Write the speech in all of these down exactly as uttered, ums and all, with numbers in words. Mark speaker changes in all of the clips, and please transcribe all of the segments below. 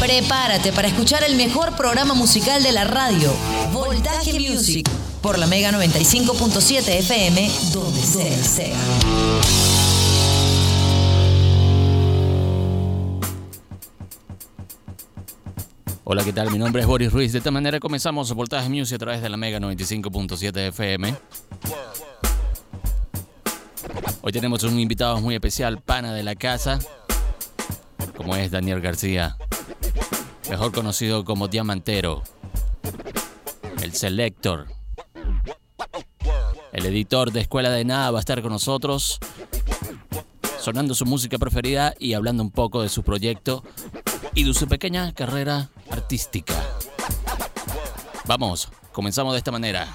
Speaker 1: Prepárate para escuchar el mejor programa musical de la radio, Voltaje Music, por la Mega noventa y cinco punto siete F M, donde sea sea.
Speaker 2: Hola, ¿qué tal? Mi nombre es Boris Ruiz. De esta manera comenzamos Voltaje Music a través de la Mega noventa y cinco punto siete F M. Hoy tenemos un invitado muy especial, pana de la casa, como es Daniel García, mejor conocido como Diamantero, el selector, el editor de Escuela de Nada. Va a estar con nosotros sonando su música preferida y hablando un poco de su proyecto y de su pequeña carrera artística. Vamos, comenzamos de esta manera.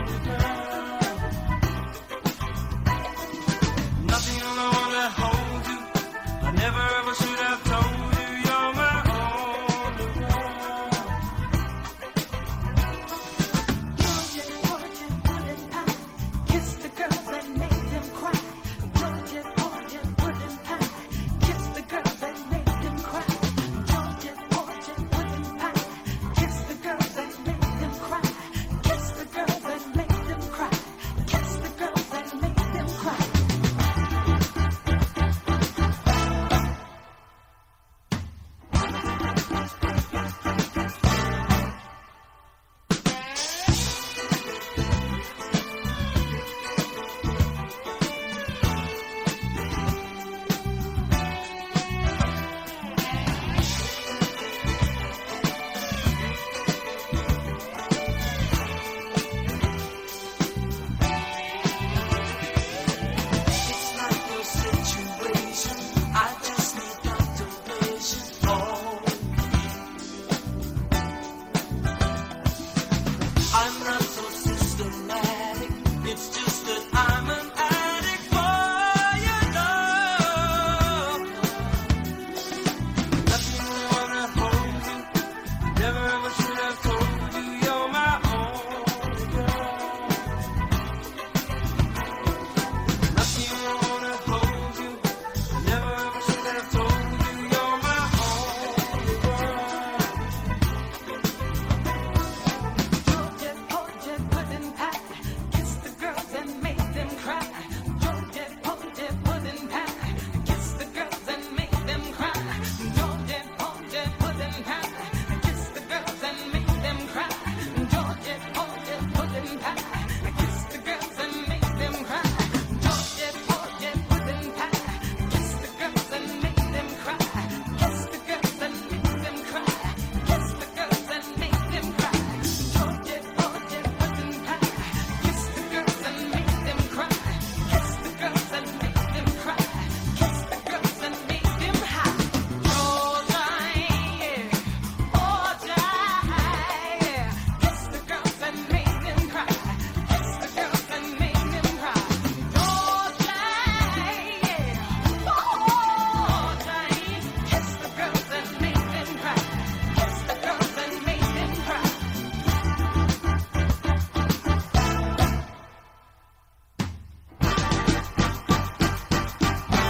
Speaker 3: Nothing alone at home.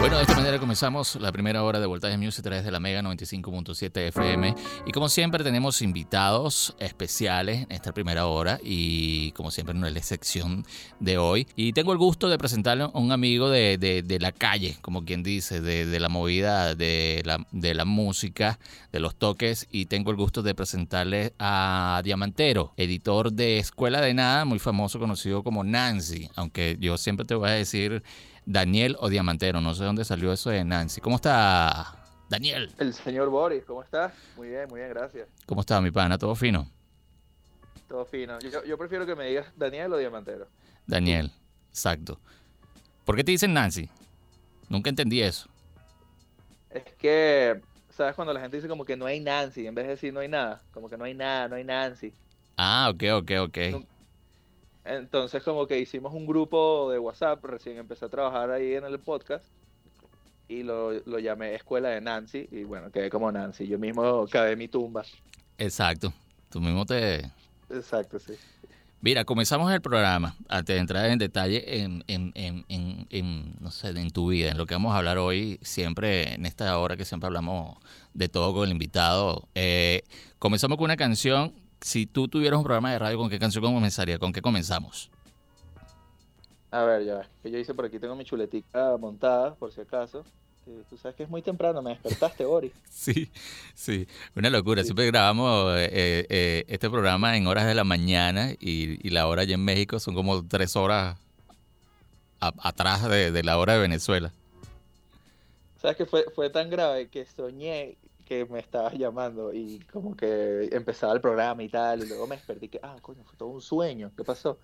Speaker 2: Bueno, de esta manera comenzamos la primera hora de Voltaje Music a través de la Mega noventa y cinco punto siete F M. Y como siempre tenemos invitados especiales en esta primera hora y como siempre no es la excepción de hoy. Y tengo el gusto de presentarle a un amigo de, de, de la calle, como quien dice, de, de la movida de la, de la música, de los toques. Y tengo el gusto de presentarle a Diamantero, editor de Escuela de Nada, muy famoso, conocido como Nancy. Aunque yo siempre te voy a decir Daniel o Diamantero, no sé dónde salió eso de Nancy. ¿Cómo está, Daniel?
Speaker 3: El señor Boris, ¿cómo estás? Muy bien, muy bien, gracias.
Speaker 2: ¿Cómo está, mi pana? ¿Todo fino?
Speaker 3: Todo fino. Yo, yo prefiero que me digas Daniel o Diamantero.
Speaker 2: Daniel, exacto. ¿Por qué te dicen Nancy? Nunca entendí eso.
Speaker 3: Es que, ¿sabes cuando la gente dice como que no hay Nancy? En vez de decir no hay nada, como que no hay nada, no hay Nancy.
Speaker 2: Ah, ok, ok, ok.
Speaker 3: No, entonces como que hicimos un grupo de WhatsApp, recién empecé a trabajar ahí en el podcast y lo, lo llamé Escuela de Nancy y bueno, quedé como Nancy. Yo mismo cavé mi tumba.
Speaker 2: Exacto. Tú mismo te...
Speaker 3: Exacto, sí.
Speaker 2: Mira, comenzamos el programa antes de entrar en detalle en, en, en, en, en, no sé, en tu vida, en lo que vamos a hablar hoy, siempre en esta hora que siempre hablamos de todo con el invitado. Eh, comenzamos con una canción. Si tú tuvieras un programa de radio, ¿con qué canción comenzaría? ¿Con qué comenzamos?
Speaker 3: A ver, ya, que yo hice por aquí, tengo mi chuletica montada, por si acaso. Que tú sabes que es muy temprano, me despertaste, Boris.
Speaker 2: Sí, sí, una locura.
Speaker 3: Sí.
Speaker 2: Siempre grabamos eh, eh, este programa en horas de la mañana y, y la hora allá en México son como tres horas a, atrás de, de la hora de Venezuela.
Speaker 3: ¿Sabes que fue, fue tan grave que soñé que me estabas llamando y como que empezaba el programa y tal, y luego me desperté y que, ah, coño, fue todo un sueño, ¿qué pasó?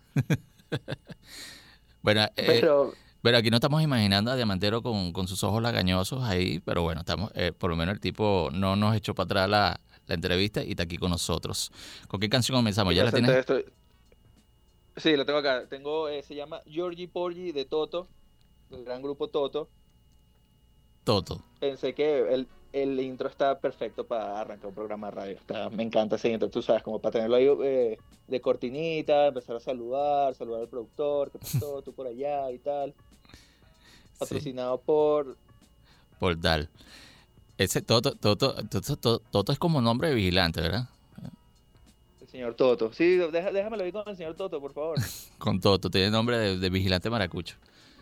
Speaker 2: Bueno, eh,
Speaker 3: Pero,
Speaker 2: pero aquí no estamos imaginando a Diamantero con, con sus ojos lagañosos ahí, pero bueno, estamos, eh, por lo menos el tipo no nos echó para atrás la, la entrevista y está aquí con nosotros. ¿Con qué canción comenzamos?
Speaker 3: y
Speaker 2: ¿Ya la
Speaker 3: presenté
Speaker 2: tienes?
Speaker 3: esto. Sí, lo tengo acá. Tengo, eh, se llama Georgie Porgy de Toto, el gran grupo Toto.
Speaker 2: Toto.
Speaker 3: Pensé que el, el intro está perfecto para arrancar un programa de radio. Está, me encanta ese intro, tú sabes, como para tenerlo ahí eh, de cortinita, empezar a saludar, saludar al productor, ¿qué pasó? Tú por allá y tal. Patrocinado
Speaker 2: Sí,
Speaker 3: por...
Speaker 2: por tal. Ese Toto, Toto, Toto, Toto, Toto es como nombre de vigilante, ¿verdad?
Speaker 3: El señor Toto. Sí, deja, déjamelo ir con el señor Toto, por favor.
Speaker 2: Con Toto, tiene nombre de, de vigilante maracucho.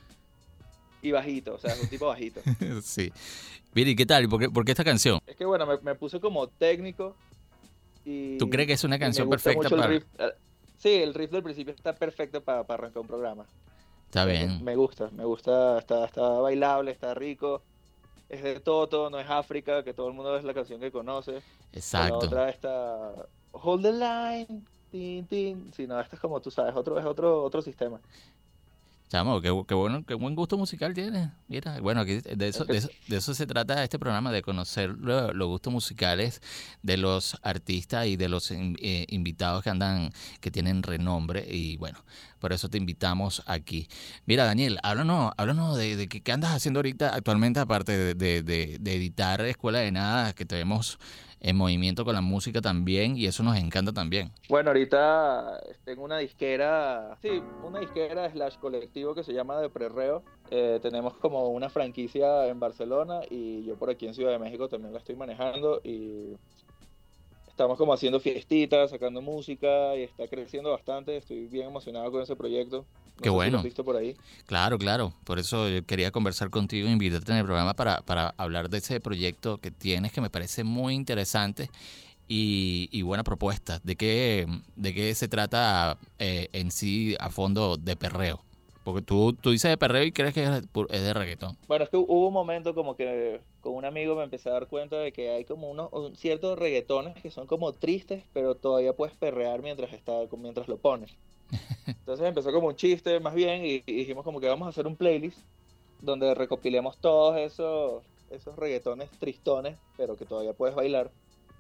Speaker 3: Y bajito, o sea, es un tipo bajito.
Speaker 2: Sí. Mira, ¿y qué tal? ¿Por qué, por qué esta canción?
Speaker 3: Es que bueno, me, me puse como técnico y...
Speaker 2: ¿Tú crees que es una
Speaker 3: y me
Speaker 2: canción
Speaker 3: gusta
Speaker 2: perfecta
Speaker 3: mucho el
Speaker 2: para...?
Speaker 3: riff. Eh, Sí, el riff del principio está perfecto para, para arrancar un programa.
Speaker 2: Está
Speaker 3: Me,
Speaker 2: bien.
Speaker 3: me gusta, me gusta, está, está bailable, está rico. Es de Toto, no es África, que todo el mundo es la canción que conoce. O la
Speaker 2: Exacto.
Speaker 3: otra está Hold the Line, tin, tin. Sí, no, esta es como tú sabes, otro, es otro, otro sistema.
Speaker 2: Chamo, qué, qué bueno, qué buen gusto musical tienes. Mira, bueno, aquí de eso, de eso, de eso se trata este programa, de conocer lo- los gustos musicales de los artistas y de los in- eh, invitados que andan, que tienen renombre. Y bueno, por eso te invitamos aquí. Mira, Daniel, háblanos, háblanos de, de qué, qué andas haciendo ahorita actualmente, aparte de, de, de, de editar Escuela de Nada, que te vemos en movimiento con la música también, y eso nos encanta también.
Speaker 3: Bueno, ahorita tengo una disquera, sí, una disquera slash colectivo que se llama De Prerreo. Eh, tenemos como una franquicia en Barcelona y yo por aquí en Ciudad de México también la estoy manejando y estamos como haciendo fiestitas, sacando música y está creciendo bastante. Estoy bien emocionado con ese proyecto. No
Speaker 2: Qué
Speaker 3: sé si lo
Speaker 2: bueno.
Speaker 3: has visto por ahí.
Speaker 2: Claro, claro. Por eso yo quería conversar contigo, invitarte en el programa para, para hablar de ese proyecto que tienes, que me parece muy interesante y, y buena propuesta. ¿De qué, de qué se trata eh, en sí a fondo de perreo? Porque tú, tú dices de perreo y crees que es, pu- es de reggaetón.
Speaker 3: Bueno, es que hubo un momento como que con un amigo me empecé a dar cuenta de que hay como unos un- ciertos reggaetones que son como tristes, pero todavía puedes perrear mientras está, mientras lo pones. Entonces empezó como un chiste más bien y, y dijimos como que vamos a hacer un playlist donde recopilemos todos esos, esos reggaetones tristones, pero que todavía puedes bailar.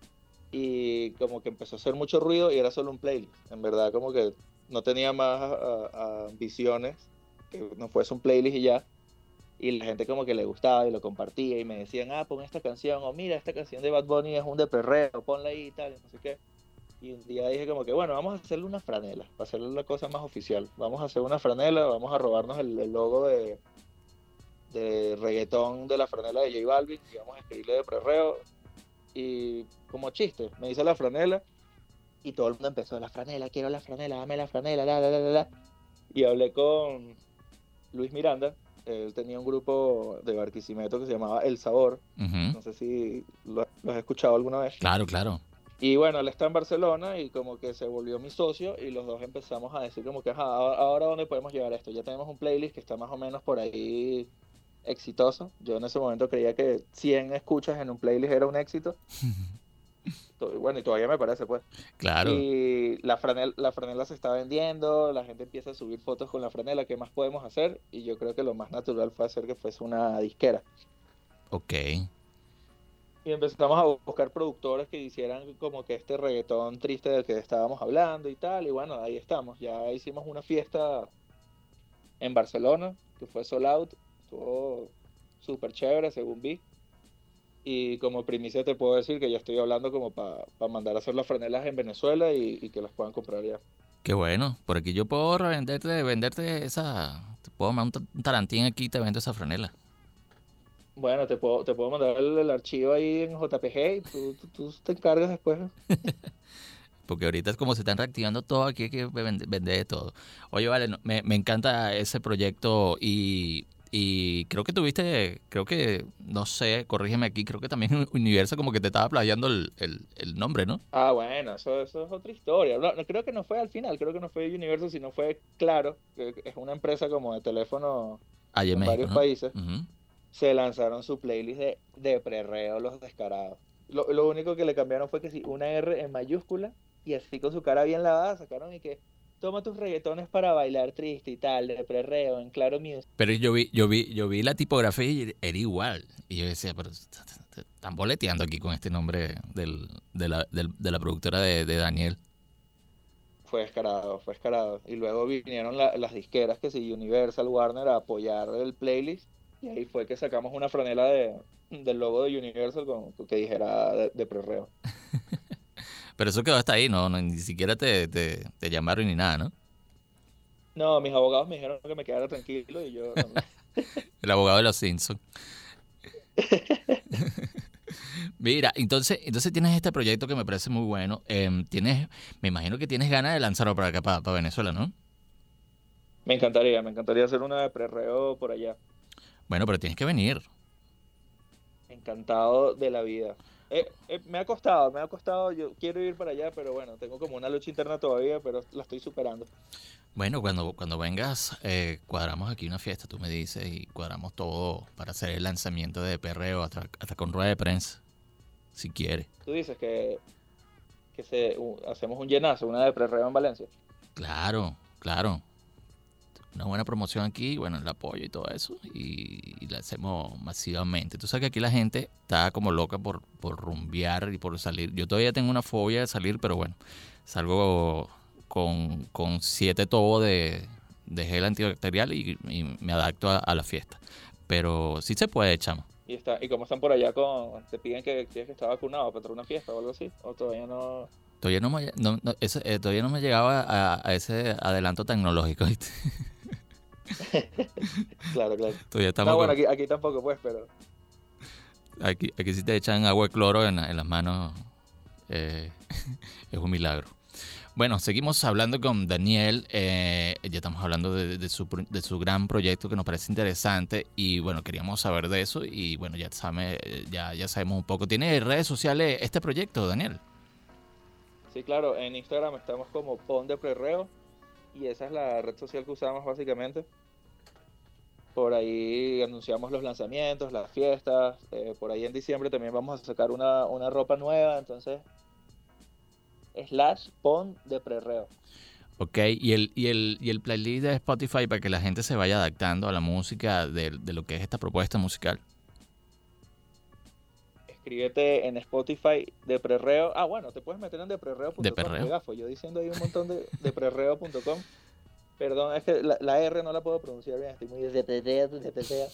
Speaker 3: Y como que empezó a hacer mucho ruido y era solo un playlist. En verdad como que no tenía más a- a- ambiciones, que no fuese un playlist y ya. Y la gente como que le gustaba y lo compartía y me decían, ah, pon esta canción, o mira, esta canción de Bad Bunny es un de perreo, ponla ahí y tal, y no sé qué. Y un día dije como que, bueno, vamos a hacerle una franela, para hacerle la cosa más oficial. Vamos a hacer una franela, vamos a robarnos el, el logo de, de reggaetón de la franela de J Balvin, y vamos a escribirle de perreo, y como chiste, me dice la franela, y todo el mundo empezó, la franela, quiero la franela, dame la franela, la, la, la, la, la. Y hablé con Luis Miranda, él tenía un grupo de Barquisimeto que se llamaba El Sabor,
Speaker 2: Uh-huh.
Speaker 3: no sé si lo, lo has escuchado alguna vez.
Speaker 2: Claro, claro.
Speaker 3: Y bueno, él está en Barcelona y como que se volvió mi socio y los dos empezamos a decir como que, ajá, ahora ahora dónde podemos llevar esto. Ya tenemos un playlist que está más o menos por ahí exitoso. Yo en ese momento creía que cien escuchas en un playlist era un éxito. To- Bueno, y todavía me parece, pues.
Speaker 2: Claro.
Speaker 3: Y la franela, la franela se está vendiendo, la gente empieza a subir fotos con la franela, ¿qué más podemos hacer? Y yo creo que lo más natural fue hacer que fuese una disquera.
Speaker 2: Ok.
Speaker 3: Y empezamos a buscar productores que hicieran como que este reggaetón triste del que estábamos hablando y tal. Y bueno, ahí estamos. Ya hicimos una fiesta en Barcelona, que fue sold out. Estuvo súper chévere, según vi. Y como primicia te puedo decir que ya estoy hablando como para pa mandar a hacer las franelas en Venezuela y, y que las puedan comprar ya.
Speaker 2: Qué bueno. Por aquí yo puedo revenderte, venderte esa... Te puedo mandar un tarantín aquí y te vendo esa franela.
Speaker 3: Bueno, te puedo, te puedo mandar el, el archivo ahí en J P G y tú, tú, tú te encargas después.
Speaker 2: Porque ahorita es como se están reactivando todo, aquí hay que vender, vender de todo. Oye, vale, no, me, me encanta ese proyecto y, y creo que tuviste, creo que, no sé, corrígeme aquí, creo que también Universo como que te estaba plagiando el, el, el nombre, ¿no?
Speaker 3: Ah, bueno, eso, eso es otra historia. No, no, creo que no fue al final, creo que no fue Universal, sino fue Claro, que es una empresa como de teléfono
Speaker 2: Allá en
Speaker 3: en
Speaker 2: México,
Speaker 3: varios
Speaker 2: ¿no?
Speaker 3: países.
Speaker 2: Uh-huh.
Speaker 3: Se lanzaron su playlist de, de perreo Los Descarados. Lo, lo único que le cambiaron fue que sí, una R en mayúscula y así con su cara bien lavada sacaron y que toma tus reggaetones para bailar triste y tal, de perreo en Claro Music.
Speaker 2: Pero yo vi, yo vi, yo vi la tipografía y era igual. Y yo decía, pero están boleteando aquí con este nombre del, de, la, del, de la productora de, de Daniel.
Speaker 3: Fue descarado, fue descarado. Y luego vinieron la, las disqueras que sí, Universal, Warner, a apoyar el playlist. Y ahí fue que sacamos una franela de, del logo de Universal con, con que dijera de, de perreo.
Speaker 2: Pero eso quedó hasta ahí, no, no ni siquiera te, te, te llamaron ni nada, ¿no?
Speaker 3: No, mis abogados me dijeron que me quedara tranquilo y yo... No,
Speaker 2: El abogado de los Simpsons. Mira, entonces, entonces tienes este proyecto que me parece muy bueno. Eh, tienes, me imagino que tienes ganas de lanzarlo para acá, para, para Venezuela, ¿no?
Speaker 3: me encantaría, me encantaría hacer una de perreo por allá.
Speaker 2: Bueno, pero tienes que venir.
Speaker 3: Encantado de la vida. Eh, eh, me ha costado, me ha costado, yo quiero ir para allá, pero bueno, tengo como una lucha interna todavía, pero la estoy superando.
Speaker 2: Bueno, cuando, cuando vengas, eh, cuadramos aquí una fiesta, tú me dices, y cuadramos todo para hacer el lanzamiento de Perreo, hasta, hasta con rueda de prensa, si quieres.
Speaker 3: Tú dices que, que se, uh, hacemos un llenazo, una de perreo en Valencia.
Speaker 2: Claro, claro. Una buena promoción aquí, bueno, el apoyo y todo eso, y, y la hacemos masivamente. Tú sabes que aquí la gente está como loca por, por rumbear y por salir. Yo todavía tengo una fobia de salir, pero bueno, salgo con, con siete tobos de, de gel antibacterial y, y me adapto a, a la fiesta. Pero sí se puede, chamo.
Speaker 3: Y está, y como están por allá con, te piden que tienes que estar vacunado para entrar a una fiesta o algo así, o todavía no.
Speaker 2: Todavía no me, no, no, eso, eh, todavía no me llegaba a, a ese adelanto tecnológico, ¿viste?
Speaker 3: Claro, claro.
Speaker 2: Todavía estamos
Speaker 3: No, bueno,
Speaker 2: con-
Speaker 3: aquí, aquí tampoco, pues, pero
Speaker 2: Aquí, aquí si te echan agua de cloro en, la- en las manos, eh, es un milagro. Bueno, seguimos hablando con Daniel. eh, ya estamos hablando de, de su, pro- de su gran proyecto que nos parece interesante. Y bueno, queríamos saber de eso. Y bueno, ya, sabe, ya, ya sabemos un poco. ¿Tiene redes sociales este proyecto, Daniel?
Speaker 3: sí, claro, en Instagram estamos como Pon de Perreo y esa es la red social que usamos básicamente. Por ahí anunciamos los lanzamientos, las fiestas. Eh, por ahí en diciembre también vamos a sacar una, una ropa nueva. Entonces, slash Pon de Perreo.
Speaker 2: Ok, y el, y, el, y el playlist de Spotify para que la gente se vaya adaptando a la música de, de lo que es esta propuesta musical.
Speaker 3: Escríbete en Spotify de Perreo. Ah, bueno, te puedes meter en deprerreo punto com.
Speaker 2: ¿De perreo?
Speaker 3: Qué gafo, yo diciendo ahí un montón de deprereo punto com. Perdón, es que la, la R no la puedo pronunciar bien. Estoy muy de deprereo, deprereo.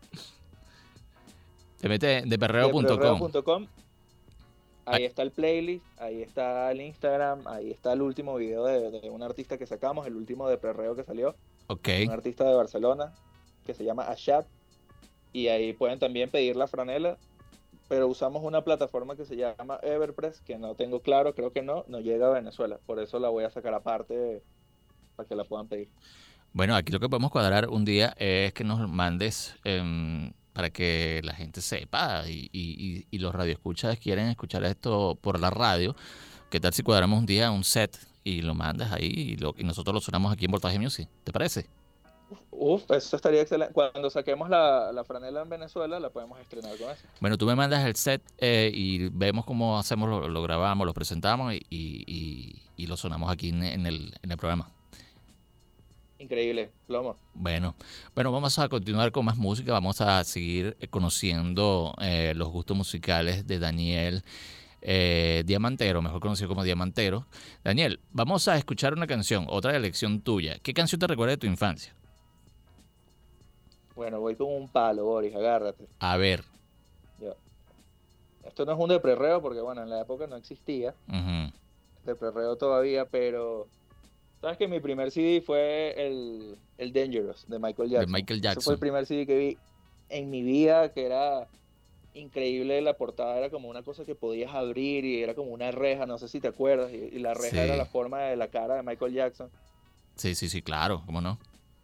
Speaker 2: Te mete de perreo punto com.
Speaker 3: deprereo punto com. Ahí está el playlist, ahí está el Instagram, ahí está el último video de, de un artista que sacamos, el último de Perreo que salió,
Speaker 2: Ok,
Speaker 3: un artista de Barcelona que se llama Ashad. y ahí pueden también pedir la franela, pero usamos una plataforma que se llama Everpress, que no tengo claro, creo que no, no llega a Venezuela, por eso la voy a sacar aparte para que la puedan pedir.
Speaker 2: Bueno, aquí lo que podemos cuadrar un día es que nos mandes eh, para que la gente sepa y, y, y los radioescuchas quieren escuchar esto por la radio. ¿Qué tal si cuadramos un día un set y lo mandas ahí y, lo, y nosotros lo sonamos aquí en Voltaje Music? ¿Te parece?
Speaker 3: Uf, eso estaría excelente. Cuando saquemos la, la franela en Venezuela, la podemos estrenar con eso.
Speaker 2: Bueno, tú me mandas el set eh, y vemos cómo hacemos, lo, lo grabamos, lo presentamos y, y, y lo sonamos aquí en, en, el, en el programa.
Speaker 3: Increíble, plomo.
Speaker 2: Bueno, bueno, vamos a continuar con más música, vamos a seguir conociendo eh, los gustos musicales de Daniel eh, Diamantero, mejor conocido como Diamantero. Daniel, vamos a escuchar una canción, otra elección tuya. ¿Qué canción te recuerda de tu infancia?
Speaker 3: Bueno, voy con un palo, Boris, agárrate.
Speaker 2: A ver.
Speaker 3: Yo. Esto no es un de prerreo porque, bueno, en la época no existía
Speaker 2: Uh-huh.
Speaker 3: de prerreo todavía, pero sabes que mi primer C D fue el, el Dangerous de Michael Jackson.
Speaker 2: De Michael Jackson.
Speaker 3: Ese fue el primer C D que vi en mi vida, que era increíble. La portada era como una cosa que podías abrir y era como una reja, no sé si te acuerdas, y, y la reja
Speaker 2: Sí.
Speaker 3: era la forma de la cara de Michael Jackson.
Speaker 2: Sí, sí, sí, claro, ¿cómo no?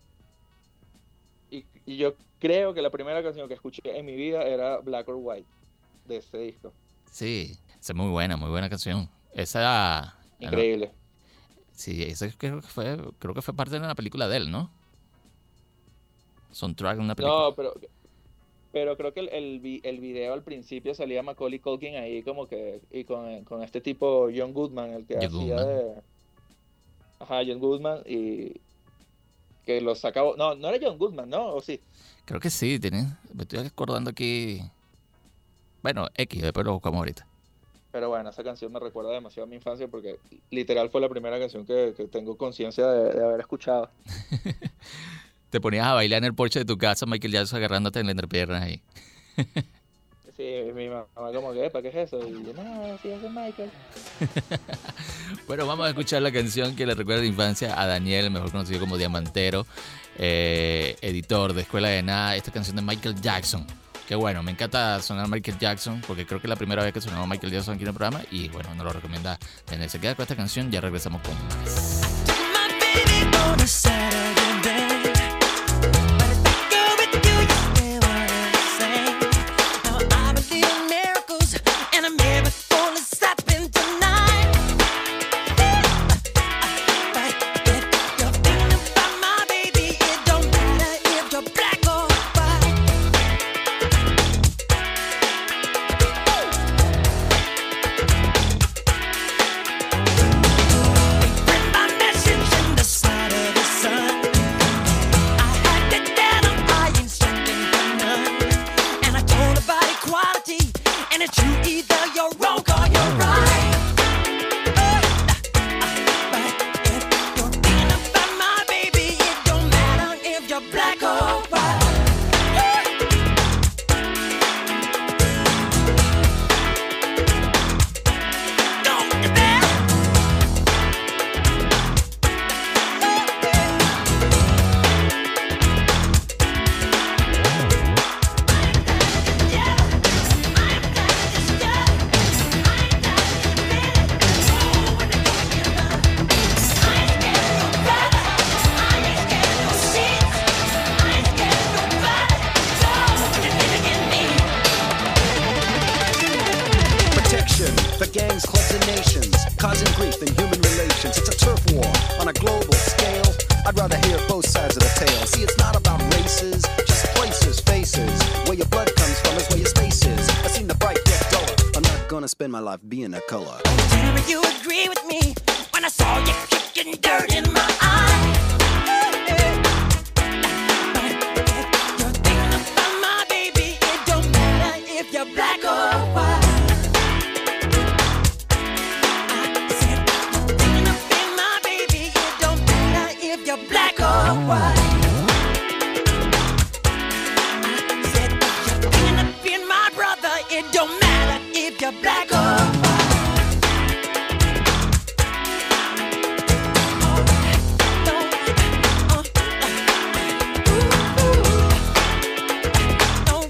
Speaker 3: Y, y yo creo que la primera canción que escuché en mi vida era Black or White, de ese disco.
Speaker 2: Sí, esa es muy buena, muy buena canción. Esa...
Speaker 3: Increíble.
Speaker 2: Sí, esa creo que fue, creo que fue parte de una película de él, ¿no? Soundtrack de una película.
Speaker 3: No, pero, pero creo que el, el, vi- el video al principio salía Macaulay Culkin ahí como que, y con, con este tipo John Goodman, el que
Speaker 2: John
Speaker 3: hacía
Speaker 2: Goodman.
Speaker 3: de... Ajá, John Goodman, y que lo sacaba... No, no era John Goodman, ¿no? ¿O sí?
Speaker 2: Creo que sí, tiene, me estoy acordando aquí. Bueno, X, después lo buscamos ahorita.
Speaker 3: Pero bueno, esa canción me recuerda demasiado a mi infancia porque literal fue la primera canción que, que tengo conciencia de, de haber escuchado.
Speaker 2: Te ponías a bailar en el porche de tu casa, Michael Jackson agarrándote en la entrepierna ahí.
Speaker 3: Sí, mi mamá como que, ¿para qué es eso? Y yo, no, sí, ese es Michael.
Speaker 2: Bueno, vamos a escuchar la canción que le recuerda la infancia a Daniel, mejor conocido como Diamantero, eh, editor de Escuela de Nada. Esta canción de Michael Jackson. Qué bueno, me encanta sonar Michael Jackson porque creo que es la primera vez que sonaba Michael Jackson aquí en el programa y bueno, nos lo recomienda Daniel. Se queda con esta canción, ya regresamos con más.
Speaker 4: Spend my life being a color.
Speaker 5: Tell me you agree with me when I saw you kicking dirt in my eye. You're thinking about my baby. It don't matter if you're black or white. I said you're thinking about my baby. It don't matter if you're black or white. I said you're thinking about my brother. It don't matter if you're black or white. Don't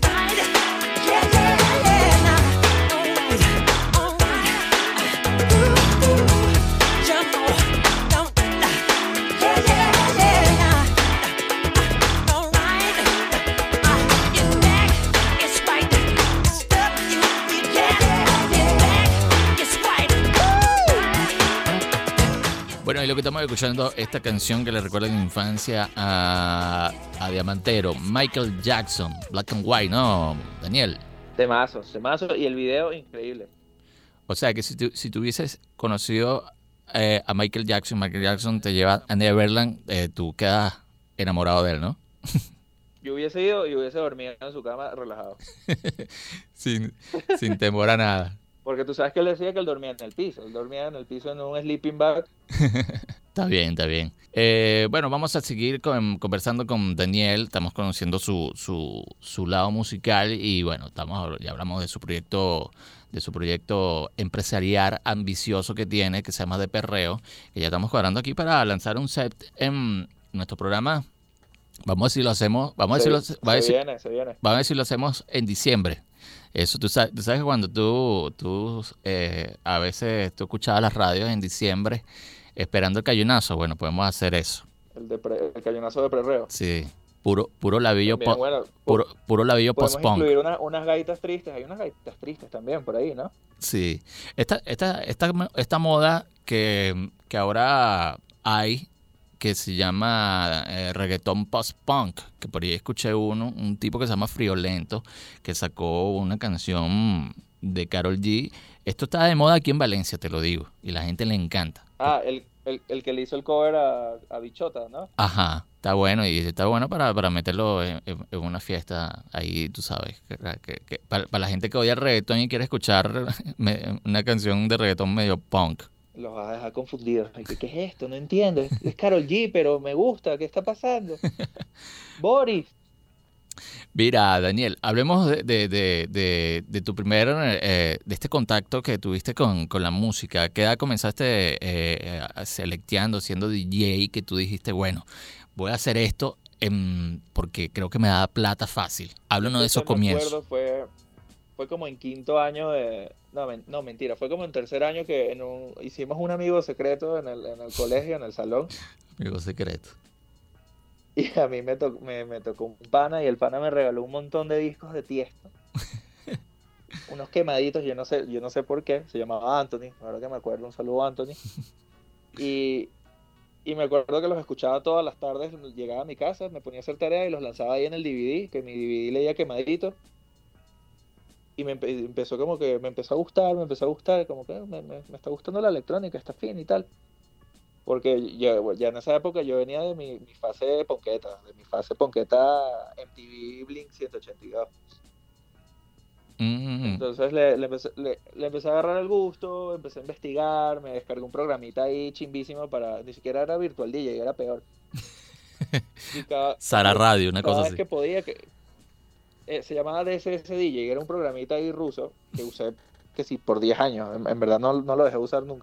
Speaker 2: lo que estamos escuchando, esta canción que le recuerda en mi infancia a, a Diamantero, Michael Jackson, Black and White, ¿no, Daniel?
Speaker 3: Temazos, temazos, y el video increíble.
Speaker 2: O sea, que si tú, si tuvieses conocido eh, a Michael Jackson, Michael Jackson te lleva a Neverland, eh, tú quedas enamorado de él, ¿no?
Speaker 3: Yo hubiese ido y hubiese dormido en su cama relajado.
Speaker 2: sin, sin temor a nada.
Speaker 3: Porque tú sabes que él decía que él dormía en el piso. Él dormía en el piso en un sleeping bag.
Speaker 2: Está bien, está bien. Eh, bueno, vamos a seguir con, conversando con Daniel. Estamos conociendo su, su, su lado musical y bueno, estamos ya hablamos de su proyecto de su proyecto empresarial ambicioso que tiene, que se llama De Perreo, que ya estamos cuadrando aquí para lanzar un set en nuestro programa. Vamos a ver si lo hacemos, vamos a ver si lo,
Speaker 3: Se,
Speaker 2: va a ver
Speaker 3: se
Speaker 2: si-
Speaker 3: viene, se viene.
Speaker 2: vamos a ver si lo hacemos en diciembre. Eso, tú sabes, tú sabes que cuando tú, tú eh, a veces tú escuchabas las radios en diciembre esperando el cañonazo, bueno, podemos hacer eso.
Speaker 3: El, de pre- el cañonazo de prerreo.
Speaker 2: Sí, puro, puro labillo,
Speaker 3: También,
Speaker 2: po-
Speaker 3: bueno,
Speaker 2: puro, puro labillo
Speaker 3: podemos
Speaker 2: post-punk.
Speaker 3: incluir una- unas gaitas tristes. Hay unas gaitas tristes también por ahí, ¿no?
Speaker 2: Sí, esta, esta, esta, esta moda que, que ahora hay, que se llama eh, reggaetón post-punk, que por ahí escuché uno, un tipo que se llama Friolento, que sacó una canción de Karol G. Esto está de moda aquí en Valencia, te lo digo, y la gente le encanta.
Speaker 3: Ah, el, el, el que le hizo el cover a, a Bichota, ¿no?
Speaker 2: Ajá, está bueno, y está bueno para, para meterlo en, en- en una fiesta ahí, tú sabes, que, que- que- para, para la gente que odia el reggaetón y quiere escuchar me- una canción de reggaetón medio punk.
Speaker 3: Los vas a dejar confundidos. Ay, ¿Qué, qué es esto? No entiendo. Es, es Karol G, pero me gusta. ¿Qué está pasando? Boris.
Speaker 2: Mira, Daniel, hablemos de, de, de, de, de tu primer, eh, de este contacto que tuviste con, con la música. ¿Qué edad comenzaste eh, a- selecteando, siendo D J, que tú dijiste, bueno, voy a hacer esto em, porque creo que me da plata fácil? Háblanos de esos
Speaker 3: Entonces, me
Speaker 2: comienzos.
Speaker 3: acuerdo, fue, fue como en quinto año de... No, men- no, mentira. Fue como en tercer año que en un, hicimos un amigo secreto en el, en el colegio, en el salón.
Speaker 2: Amigo secreto.
Speaker 3: Y a mí me, to- me, me tocó un pana y el pana me regaló un montón de discos de Tiesto. Unos quemaditos, yo no sé, yo no sé por qué. Se llamaba Anthony, ahora que me acuerdo, un saludo a Anthony. Y, y me acuerdo que los escuchaba todas las tardes, llegaba a mi casa, me ponía a hacer tarea y los lanzaba ahí en el D V D, que mi D V D leía quemadito. Y me empe- empezó como que, me empezó a gustar, me empezó a gustar, como que me, me, me está gustando la electrónica, está fina y tal. Porque ya, ya en esa época yo venía de mi, mi fase ponqueta, de mi fase ponqueta M T V Blink ciento ochenta y dos.
Speaker 2: Mm,
Speaker 3: Entonces le, le, empecé, le, le empecé a agarrar el gusto, empecé a investigar, me descargué un programita ahí chimbísimo para, ni siquiera era Virtual D J, era peor. Y cada,
Speaker 2: Sara Radio, una
Speaker 3: cada
Speaker 2: cosa
Speaker 3: vez
Speaker 2: así.
Speaker 3: que podía, que eh, se llamaba D S S D J, era un programita ahí ruso que usé, que sí, por diez años, en, en verdad no, no lo dejé usar nunca.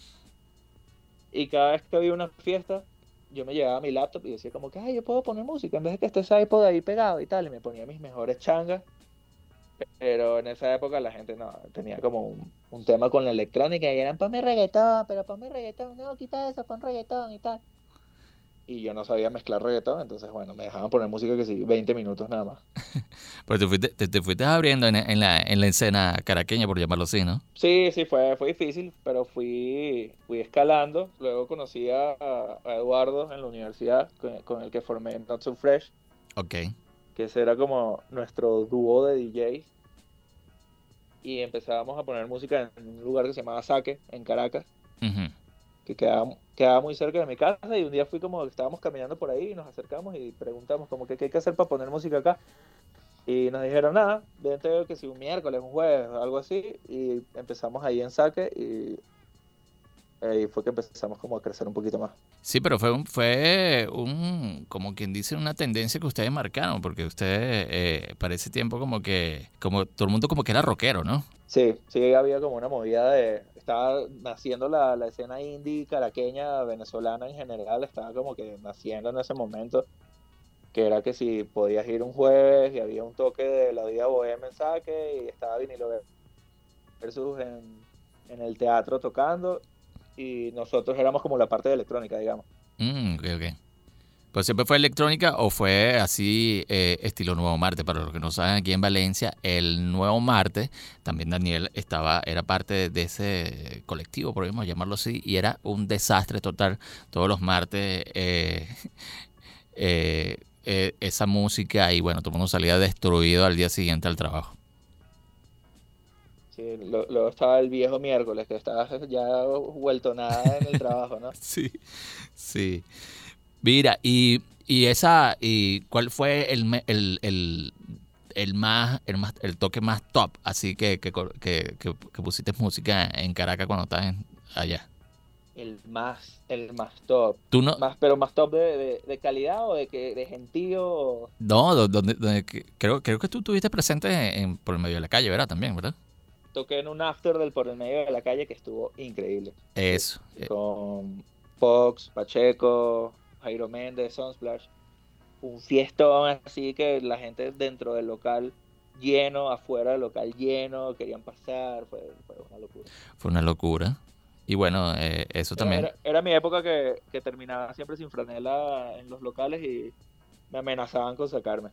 Speaker 3: Y cada vez que había una fiesta, yo me llevaba mi laptop y decía como que, ay, yo puedo poner música en vez de que esté ese iPod ahí pegado y tal. Y me ponía mis mejores changas. Pero en esa época la gente no tenía como un, un tema con la electrónica y eran, ponme reggaetón, pero ponme reggaetón, no, quita eso, pon reggaetón y tal. Y yo no sabía mezclar reggaetón, entonces bueno, me dejaban poner música que sí, veinte minutos nada más.
Speaker 2: Pero te fuiste, te, te fuiste abriendo en, en la, en la escena caraqueña, por llamarlo así, ¿no?
Speaker 3: Sí, sí, fue, fue difícil, pero fui, fui escalando. Luego conocí a, a Eduardo en la universidad, con, con el que formé Not So Fresh,
Speaker 2: Ok.
Speaker 3: que ese era como nuestro dúo de D Js. Y empezábamos a poner música en un lugar que se llamaba Saque, en Caracas,
Speaker 2: Ujú.
Speaker 3: que quedaba, quedaba muy cerca de mi casa. Y un día fui como, estábamos caminando por ahí y nos acercamos y preguntamos como que qué hay que hacer para poner música acá. Y nos dijeron nada, vente que si un miércoles, un jueves, algo así. Y empezamos ahí en Saque y ahí fue que empezamos como a crecer un poquito más.
Speaker 2: Sí, pero fue un, fue un, como quien dice, una tendencia que ustedes marcaron, porque ustedes, eh, para ese tiempo como que, como todo el mundo como que era rockero, ¿no?
Speaker 3: Sí, sí había como una movida de... Estaba naciendo la, la escena indie caraqueña, venezolana en general, estaba como que naciendo en ese momento, que era que si podías ir un jueves y había un toque de la vida bohemia en Saque y estaba Vinilo Versus en, en el teatro tocando y nosotros éramos como la parte de electrónica, digamos.
Speaker 2: Mm, ok, ok. ¿Pero siempre fue electrónica o fue así eh, estilo Nuevo Marte? Para los que no saben, aquí en Valencia, el Nuevo Marte, también Daniel estaba, era parte de, de ese colectivo, podríamos llamarlo así, y era un desastre total. Todos los martes, eh, eh, eh, esa música, y bueno, todo el mundo salía destruido al día siguiente al trabajo.
Speaker 3: Sí, lo- luego estaba el viejo miércoles, que estaba ya vuelto nada en el trabajo, ¿no?
Speaker 2: Sí, sí. Mira, y, y esa, y ¿cuál fue el, me- el, el, el más, el más, el toque más top, así que, que, co- que, que, que pusiste música en Caracas cuando estabas en- allá?
Speaker 3: El más, el más top.
Speaker 2: Tú no,
Speaker 3: Más, pero más top de, de, de calidad o de que de gentío. o-
Speaker 2: no, do- donde, donde que- creo, creo que tú estuviste presente en, por el medio de la calle, ¿verdad? También, ¿verdad?
Speaker 3: Toqué en un after del por el medio de la calle que estuvo increíble.
Speaker 2: Eso. eh,
Speaker 3: Con Fox, Pacheco, Jairo Méndez, Sunsplash. Un fiestón así que la gente dentro del local lleno, afuera del local lleno, querían pasar, fue, fue una locura.
Speaker 2: Fue una locura. Y bueno, eh, eso
Speaker 3: Era,
Speaker 2: también.
Speaker 3: era- era mi época que, que terminaba siempre sin franela en los locales y me amenazaban con sacarme.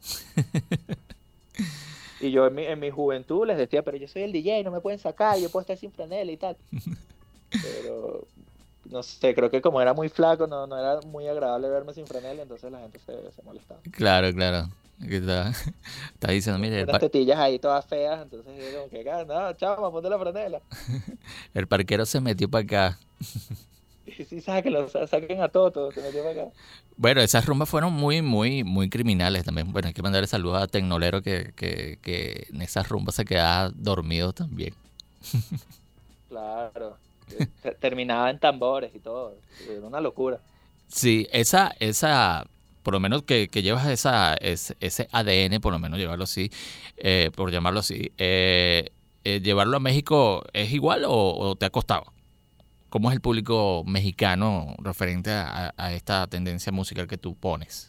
Speaker 3: Y yo en mi, en mi juventud les decía, pero yo soy el D J, no me pueden sacar, yo puedo estar sin franela y tal. Pero no sé, creo que como era muy flaco, no, no era muy agradable verme sin franela, entonces la gente se, se molestaba.
Speaker 2: Claro, claro. Que Está, está diciendo, mire, el,
Speaker 3: Unas
Speaker 2: par-
Speaker 3: tetillas ahí todas feas, entonces yo como que, "Ah, no, chama, ponte la franela."
Speaker 2: el parquero se metió para acá.
Speaker 3: Y sí, sáquenlo, sa- saquen a Toto, se metió para acá.
Speaker 2: Bueno, esas rumbas fueron muy, muy, muy criminales también. Bueno, hay que mandarle saludos a Tecnolero que, que, que en esas rumbas se quedaba dormido también.
Speaker 3: Claro. Te- Terminaba en tambores y todo. Era una locura.
Speaker 2: Sí, esa, esa, por lo menos que, que llevas esa, ese, ese A D N, por lo menos llevarlo así, eh, por llamarlo así, eh, eh, ¿llevarlo a México es igual o, o te ha costado? ¿Cómo es el público mexicano referente a, a esta tendencia musical que tú pones?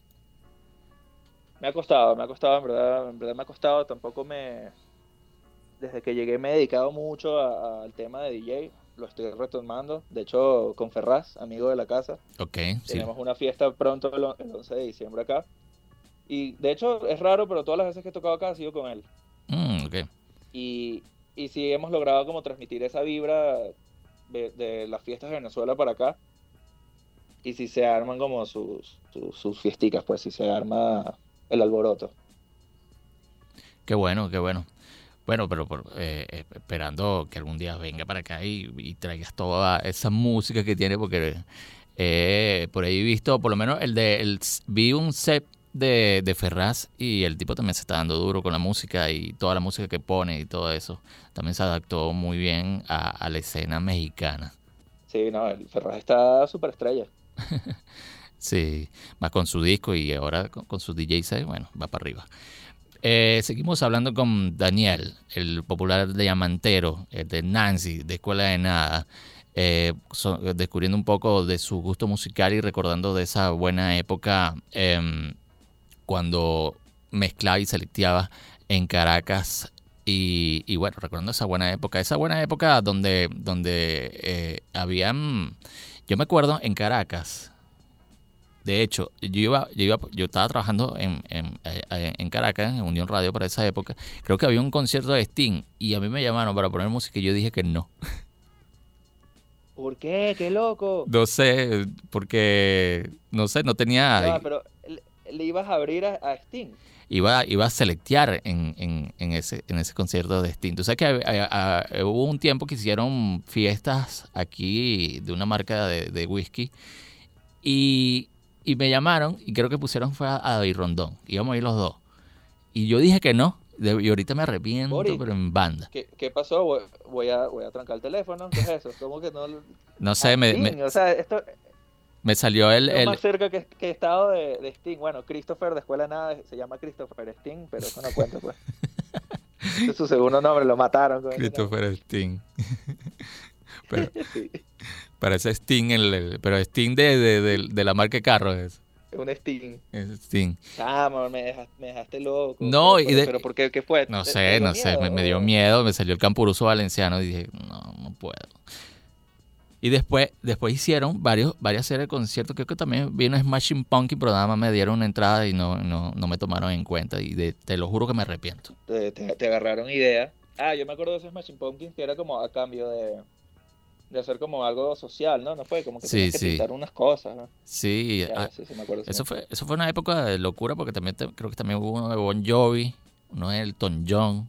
Speaker 3: Me ha costado, me ha costado, en verdad, en verdad me ha costado. Tampoco me. Desde que llegué me he dedicado mucho a- a- al tema de D J. Lo estoy retomando. De hecho, con Ferraz, amigo de la casa,
Speaker 2: Ok, sí.
Speaker 3: tenemos una fiesta pronto el, on- el once de diciembre acá. Y de hecho es raro, pero todas las veces que he tocado acá ha sido con él.
Speaker 2: Mm, ok.
Speaker 3: Y, y sí hemos logrado como transmitir esa vibra de, de las fiestas de Venezuela para acá. Y si se arman como sus, sus, sus fiesticas, pues si se arma el alboroto.
Speaker 2: Qué bueno, qué bueno. Bueno, pero por- eh, eh, esperando que algún día venga para acá y, y traigas toda esa música que tiene, porque eh, por ahí he visto, por lo menos el de, el, vi un set de, de Ferraz y el tipo también se está dando duro con la música y toda la música que pone y todo eso. También se adaptó muy bien a, a la escena mexicana.
Speaker 3: Sí, no, el Ferraz está súper estrella.
Speaker 2: Sí, más con su disco y ahora con, con su D J set, bueno, va para arriba. Eh, seguimos hablando con Daniel, el popular diamantero, el de Nancy, de Escuela de Nada, eh, so- descubriendo un poco de su gusto musical y recordando de esa buena época em, cuando mezclaba y selecteaba en Caracas. Y, y bueno, recordando esa buena época, esa buena época donde, donde eh, habían, yo me acuerdo en Caracas. De hecho, yo iba, yo iba, yo estaba trabajando en, en, eh, en Caracas, en Unión Radio para esa época. Creo que había un concierto de Sting y a mí me llamaron para poner música y yo dije que no.
Speaker 3: ¿Por qué? ¡Qué loco!
Speaker 2: No sé, porque, no sé, no
Speaker 3: Ya
Speaker 2: tenía,
Speaker 3: va, pero le, le ibas a abrir a, a Sting.
Speaker 2: iba, iba a selectear en, en, en ese, en ese concierto de Sting. Tú sabes que eh, eh, hubo un tiempo que hicieron fiestas aquí de una marca de, de whisky y, y me llamaron y creo que pusieron fue a, a David Rondón. Íbamos a ir los dos. Y yo dije que no. de- Y ahorita me arrepiento,
Speaker 3: Boris.
Speaker 2: pero en banda.
Speaker 3: ¿Qué, qué pasó? Voy, voy a, voy a trancar el teléfono. ¿Qué es eso? ¿Cómo que no?
Speaker 2: No sé, me,
Speaker 3: Sting,
Speaker 2: me,
Speaker 3: o sea, esto
Speaker 2: me salió el...
Speaker 3: es lo
Speaker 2: el
Speaker 3: más cerca que, que he estado de, de Sting. Bueno, Christopher de Escuela de Nada se llama Christopher Sting, pero eso no cuenta, pues. Ese es su segundo nombre, lo mataron con ese nombre.
Speaker 2: Christopher Sting. pero,
Speaker 3: Sí,
Speaker 2: parece Sting, el, el- pero Sting de, de, de, de la marca de carros es,
Speaker 3: es un Sting.
Speaker 2: es Sting.
Speaker 3: Chamo, me dejaste, me dejaste loco.
Speaker 2: No,
Speaker 3: pero,
Speaker 2: y de-
Speaker 3: pero ¿por qué? ¿Qué fue?
Speaker 2: No
Speaker 3: ¿Te-
Speaker 2: sé,
Speaker 3: te dio
Speaker 2: no sé, me, me dio
Speaker 3: o-
Speaker 2: miedo, me salió el campuruso valenciano y dije, no, no puedo. Y después, después hicieron varios, varias series de conciertos. Creo que también vino Smashing Pumpkins, pero nada más me dieron una entrada y no, no, no me tomaron en cuenta. Y de, te lo juro que me arrepiento.
Speaker 3: Te, te, te agarraron idea. Ah, yo me acuerdo de ese Smashing Pumpkins que era como a cambio de, de hacer como algo social, ¿no? No fue como que
Speaker 2: Sí,
Speaker 3: tenías que
Speaker 2: sí.
Speaker 3: pintar unas cosas, ¿no?
Speaker 2: Sí,
Speaker 3: Ya,
Speaker 2: ah,
Speaker 3: sí, sí, me acuerdo. sí,
Speaker 2: eso
Speaker 3: me
Speaker 2: fue, eso fue una época de locura porque también te- creo que también hubo uno de Bon Jovi, uno de Elton John.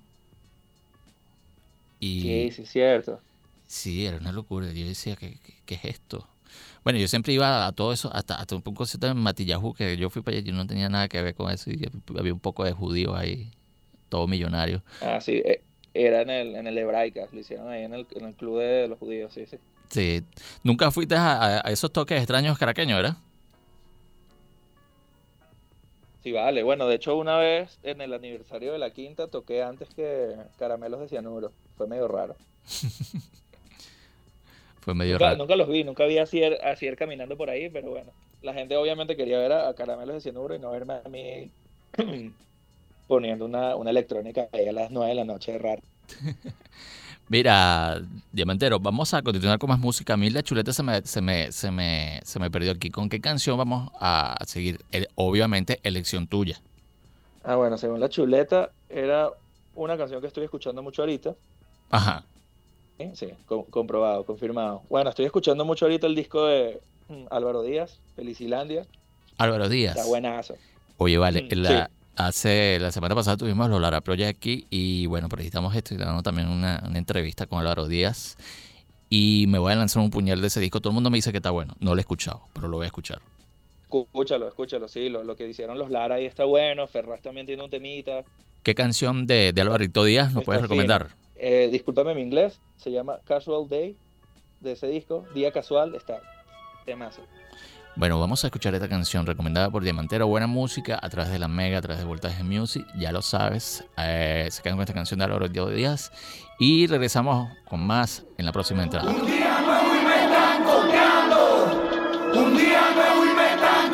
Speaker 2: Y
Speaker 3: Sí, sí, cierto.
Speaker 2: sí, era una locura. Yo decía, ¿qué, qué, qué es esto? Bueno, yo siempre iba a todo eso, hasta, hasta un concierto en Matillahu, que yo fui para allá y yo no tenía nada que ver con eso. Y había un poco de judíos ahí, todo millonario.
Speaker 3: Ah, sí, eh, era en el, en el Hebraicas, lo hicieron ahí en el, en el club de los judíos, sí, sí.
Speaker 2: Sí. Nunca fuiste a, a- a esos toques extraños caraqueños, ¿verdad?
Speaker 3: Sí, vale. Bueno, de hecho, una vez en el aniversario de la quinta toqué antes que Caramelos de Cianuro. Fue medio raro.
Speaker 2: Fue medio
Speaker 3: Nunca,
Speaker 2: raro.
Speaker 3: nunca los vi, nunca vi a Cier, a Cier caminando por ahí, pero bueno. La gente obviamente quería ver a, a Caramelos de Cianuro y no verme a mí poniendo una, una electrónica ahí a las nueve de la noche raro.
Speaker 2: Mira, Diamantero, vamos a continuar con más música. A mí la chuleta se me, se me, se me, se me perdió aquí. ¿Con qué canción vamos a seguir? El- obviamente, elección tuya.
Speaker 3: Ah, bueno, según la chuleta, era una canción que estoy escuchando mucho ahorita.
Speaker 2: Ajá.
Speaker 3: ¿Sí? Sí, com- comprobado, confirmado. Bueno, estoy escuchando mucho ahorita el disco de mm, Álvaro Díaz, Felicilandia.
Speaker 2: Álvaro Díaz.
Speaker 3: Está buenazo.
Speaker 2: Oye, vale,
Speaker 3: Mm,
Speaker 2: la,
Speaker 3: sí.
Speaker 2: hace la semana pasada tuvimos los Lara Project aquí y bueno, precisamos esto y dando también una, una entrevista con Álvaro Díaz y me voy a lanzar un puñal de ese disco. Todo el mundo me dice que está bueno. No lo he escuchado, pero lo voy a escuchar.
Speaker 3: Escúchalo, escúchalo, sí, lo, lo que hicieron los Lara ahí está bueno. Ferraz también tiene un temita.
Speaker 2: ¿Qué canción de, de Alvarito Díaz nos
Speaker 3: Está
Speaker 2: puedes
Speaker 3: fino.
Speaker 2: recomendar?
Speaker 3: Eh, discúlpame mi inglés, se llama Casual Day, de ese disco, Día Casual, está temazo.
Speaker 2: Bueno, vamos a escuchar esta canción recomendada por Diamantero. Buena música a través de la Mega, a través de Voltaje Music. Ya lo sabes. Eh, se quedan con esta canción de Álvaro Díaz. Y regresamos con más en la próxima entrada.
Speaker 6: Un día nuevo y me están copiando. Un día nuevo y me están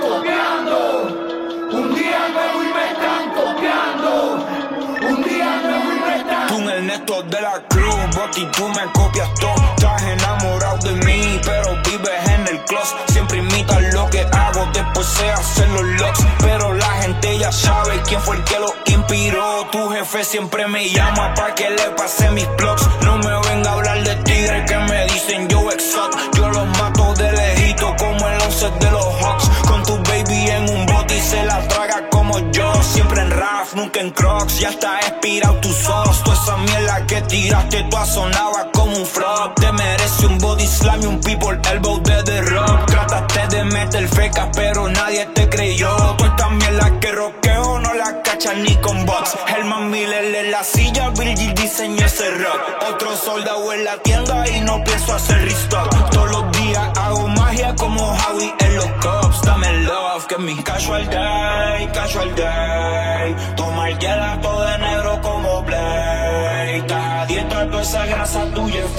Speaker 6: copiando. Un día nuevo y me están copiando. Un día nuevo y me están.
Speaker 7: Tú el Néstor de la Cruz, Boti, tú me copias todo. Estás enamorado de mí, pero vives en el closet. Siempre imitas lo que hago, después sé hacer los locks. Pero la gente ya sabe quién fue el que lo inspiró. Tu jefe siempre me llama pa' que le pase mis blogs. No me venga a hablar de tigres que me dicen yo exot. Yo los mato de lejito como el once de los Hawks. Con tu baby en un bote y se la traga como yo. Siempre en raf, nunca en crocs. Ya está expirado tu sos. Toda esa mierda que tiraste, tú sonaba como un frog. Te merece un body slam y un people elbow de The Rock. Trataste de meter fecas, pero nadie te creyó. Tú esta mierda que roqueo no la cachas ni con bots. Herman Miller en la silla, Virgil diseñó ese rock. Otro soldado en la tienda y no pienso hacer restock. Todos los días hago magia como Howie en los cops. Dame love, que es mi casual day, casual day. Tomar gelato de negro como Blade. Estás a dieta, toda esa grasa tuya es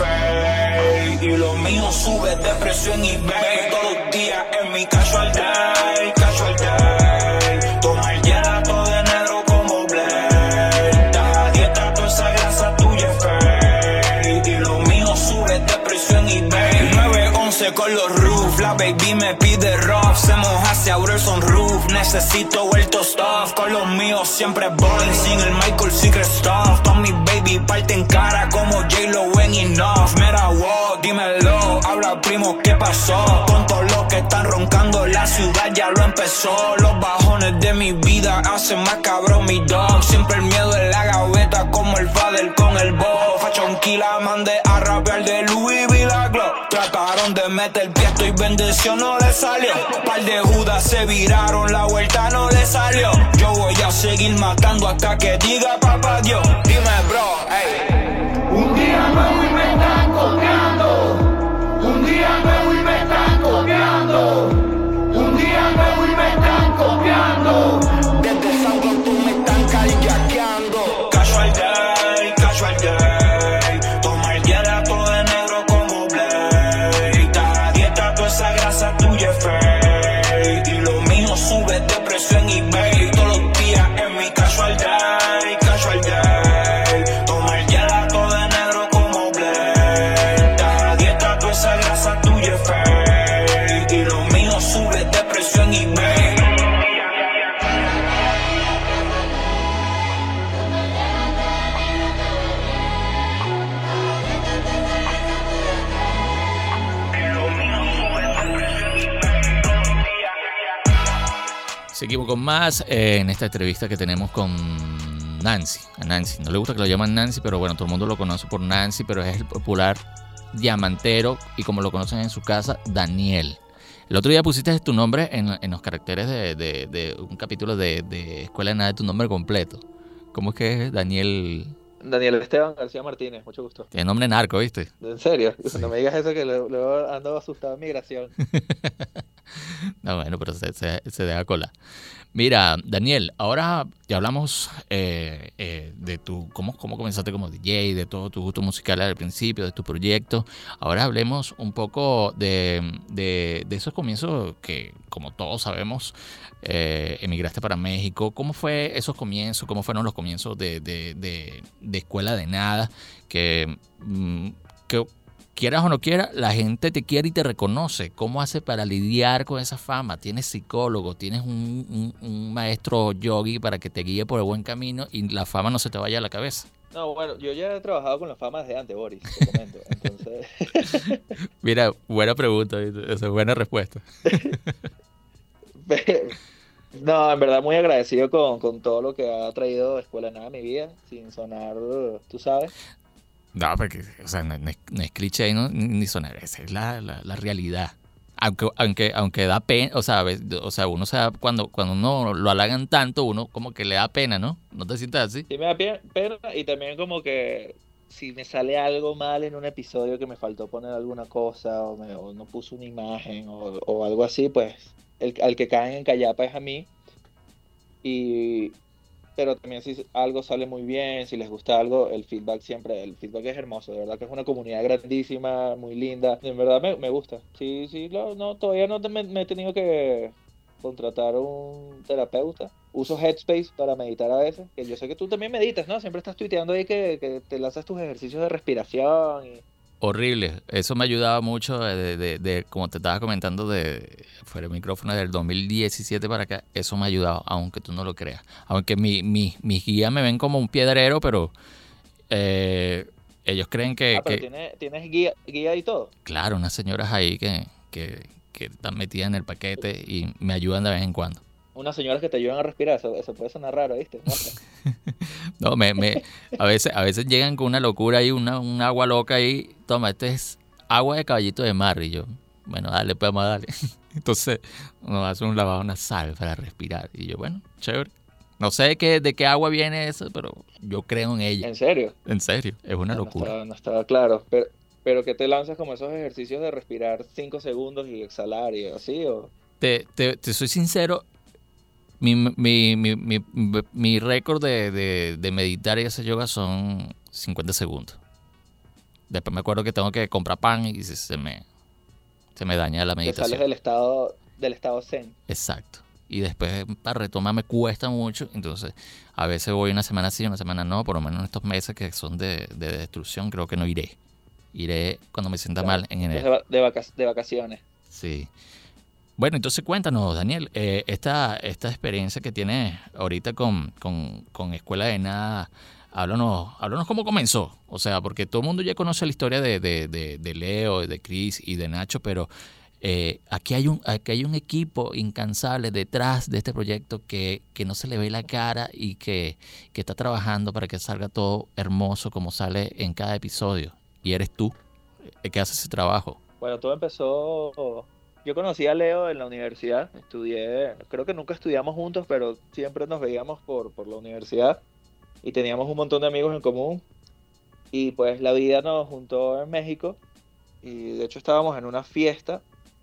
Speaker 7: fake. Y lo mío sube de precio en eBay. Todos los días en mi casual day, casual day. Tomar gelato de negro como Blade. Estás a dieta, toda esa grasa tuya es fake. Y lo mío sube de precio en eBay. nueve once con los roof, la baby me pide rough. Se moja, se abre el sunroof. Necesito el toast-off. Con los míos siempre bowling sin el Michael Secret stuff. Todas mis baby parten cara como J-Lo en Enough. Mira, wow, dímelo, habla primo, ¿qué pasó? Con todos los que están roncando, la ciudad ya lo empezó. Los bajones de mi vida hacen más cabrón mi dog. Siempre el miedo en la gaveta como el father con el bow. Fachonquila mandé a rapear de Louis V. la Glock. Trataron de meter pie, estoy bendición, no le salió. Par de judas se viraron, la vuelta no le salió. Yo voy a seguir matando hasta que diga papá Dios. Dime bro, ey.
Speaker 6: Un día nuevo y me están copiando. Un día nuevo y me están copiando. Un día nuevo y me están copiando.
Speaker 7: Desde Santo tú me están carjaqueando. Casual day, casual day. Tomar gelato de negro como Blade. Estás a dieta, toda esa grasa tuya es fake. Y lo mío sube de precio en eBay. Todos los días en mi casual day, casual day.
Speaker 2: Seguimos con más eh, en esta entrevista que tenemos con Nancy. A Nancy, no le gusta que lo llaman Nancy, pero bueno, todo el mundo lo conoce por Nancy, pero es el popular diamantero y como lo conocen en su casa, Daniel. El otro día pusiste tu nombre en, en los caracteres de, de, de un capítulo de, de Escuela de Nada, de tu nombre completo. ¿Cómo es que es Daniel?
Speaker 3: Daniel Esteban García Martínez, mucho gusto.
Speaker 2: Tiene nombre narco, ¿viste?
Speaker 3: ¿En serio?
Speaker 2: Sí.
Speaker 3: No me digas eso que luego, luego ando asustado en migración.
Speaker 2: No, bueno, pero se, se, se deja colar. Mira, Daniel, ahora ya hablamos eh, eh, de tu cómo, cómo comenzaste como D J, de todo tu gusto musical al principio, de tu proyecto. Ahora hablemos un poco de, de, de esos comienzos que, como todos sabemos, eh, emigraste para México. ¿Cómo fue esos comienzos? ¿Cómo fueron los comienzos de, de, de, de Escuela de Nada? Que, que quieras o no quieras, la gente te quiere y te reconoce. ¿Cómo haces para lidiar con esa fama? Tienes psicólogo, tienes un, un, un maestro yogi para que te guíe por el buen camino y la fama no se te vaya a la cabeza.
Speaker 3: No, bueno, yo ya he trabajado con la fama desde antes, Boris, te comento. Entonces...
Speaker 2: Mira, buena pregunta, esa es buena respuesta.
Speaker 3: No, en verdad muy agradecido con, con todo lo que ha traído Escuela de Nada a mi vida, sin sonar, tú sabes.
Speaker 2: No, porque, o sea, no, no, es, no es cliché no, ni, ni sonar, esa es la, la, la realidad. Aunque, aunque, aunque da pena, o sea, o sea, uno se da, cuando, cuando uno lo halagan tanto, uno como que le da pena, ¿no? ¿No te sientas así?
Speaker 3: Sí, me da pena y también como que si me sale algo mal en un episodio que me faltó poner alguna cosa o, me, o no puse una imagen o, o algo así, pues el, al que caen en callapa es a mí. Y... pero también si algo sale muy bien, si les gusta algo, el feedback siempre, el feedback es hermoso, de verdad que es una comunidad grandísima, muy linda, en verdad me, me gusta. Sí, sí, no, no todavía no me, me he tenido que contratar un terapeuta. Uso Headspace para meditar a veces, que yo sé que tú también meditas, ¿no? Siempre estás tuiteando ahí que, que te lanzas tus ejercicios de respiración y...
Speaker 2: Horrible, eso me ayudaba mucho de, de, de como te estaba comentando de fuera del micrófono del dos mil diecisiete para acá, eso me ha ayudado, aunque tú no lo creas, aunque mi, mi, mis guías me ven como un piedrero, pero eh, ellos creen que...
Speaker 3: Ah, pero
Speaker 2: que
Speaker 3: ¿tienes, ¿tienes guía, guía y todo?
Speaker 2: Claro, unas señoras ahí que, que, que están metidas en el paquete y me ayudan de vez en cuando.
Speaker 3: Unas señoras que te ayudan a respirar, eso, eso puede sonar raro, ¿viste? No,
Speaker 2: no me, me, a veces, a veces llegan con una locura ahí, una, un agua loca ahí, toma, este es agua de caballito de mar, y yo, bueno, dale, pues vamos a darle. Entonces nos hace un lavado nasal para respirar, y yo, bueno, chévere. No sé qué, de qué agua viene eso, pero yo creo en ella.
Speaker 3: ¿En serio?
Speaker 2: En serio, es una
Speaker 3: no,
Speaker 2: locura.
Speaker 3: No estaba, no estaba claro, pero, pero que te lanzas como esos ejercicios de respirar cinco segundos y exhalar y así, ¿o?
Speaker 2: Te, te, te soy sincero, Mi, mi, mi, mi, mi récord de, de, de meditar y hacer yoga son cincuenta segundos. Después me acuerdo que tengo que comprar pan y se, se, me, se me daña la meditación.
Speaker 3: Te sales del estado, del estado zen.
Speaker 2: Exacto. Y después para retomar me cuesta mucho. Entonces a veces voy una semana sí, una semana no. Por lo menos en estos meses que son de, de destrucción creo que no iré. Iré cuando me sienta claro. mal en enero.
Speaker 3: De, de, vac de vacaciones.
Speaker 2: Sí. Bueno, entonces cuéntanos, Daniel, eh, esta, esta experiencia que tienes ahorita con, con, con Escuela de Nada, háblanos, háblanos cómo comenzó. O sea, porque todo el mundo ya conoce la historia de, de, de, de Leo, de Chris y de Nacho, pero eh, aquí, hay un, aquí hay un equipo incansable detrás de este proyecto que, que no se le ve la cara y que, que está trabajando para que salga todo hermoso como sale en cada episodio. Y eres tú el que hace ese trabajo.
Speaker 3: Bueno, todo empezó... Yo conocí a Leo en la universidad, estudié, creo que nunca estudiamos juntos, pero siempre nos veíamos por, por la universidad y teníamos un montón de amigos en común y pues la vida nos juntó en México y de hecho estábamos en una fiesta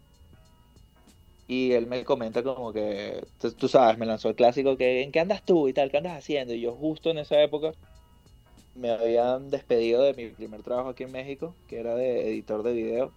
Speaker 3: y él me comenta como que, tú, tú sabes, me lanzó el clásico que ¿en qué andas tú y tal? ¿Qué andas haciendo? Y yo justo en esa época me habían despedido de mi primer trabajo aquí en México, que era de editor de video.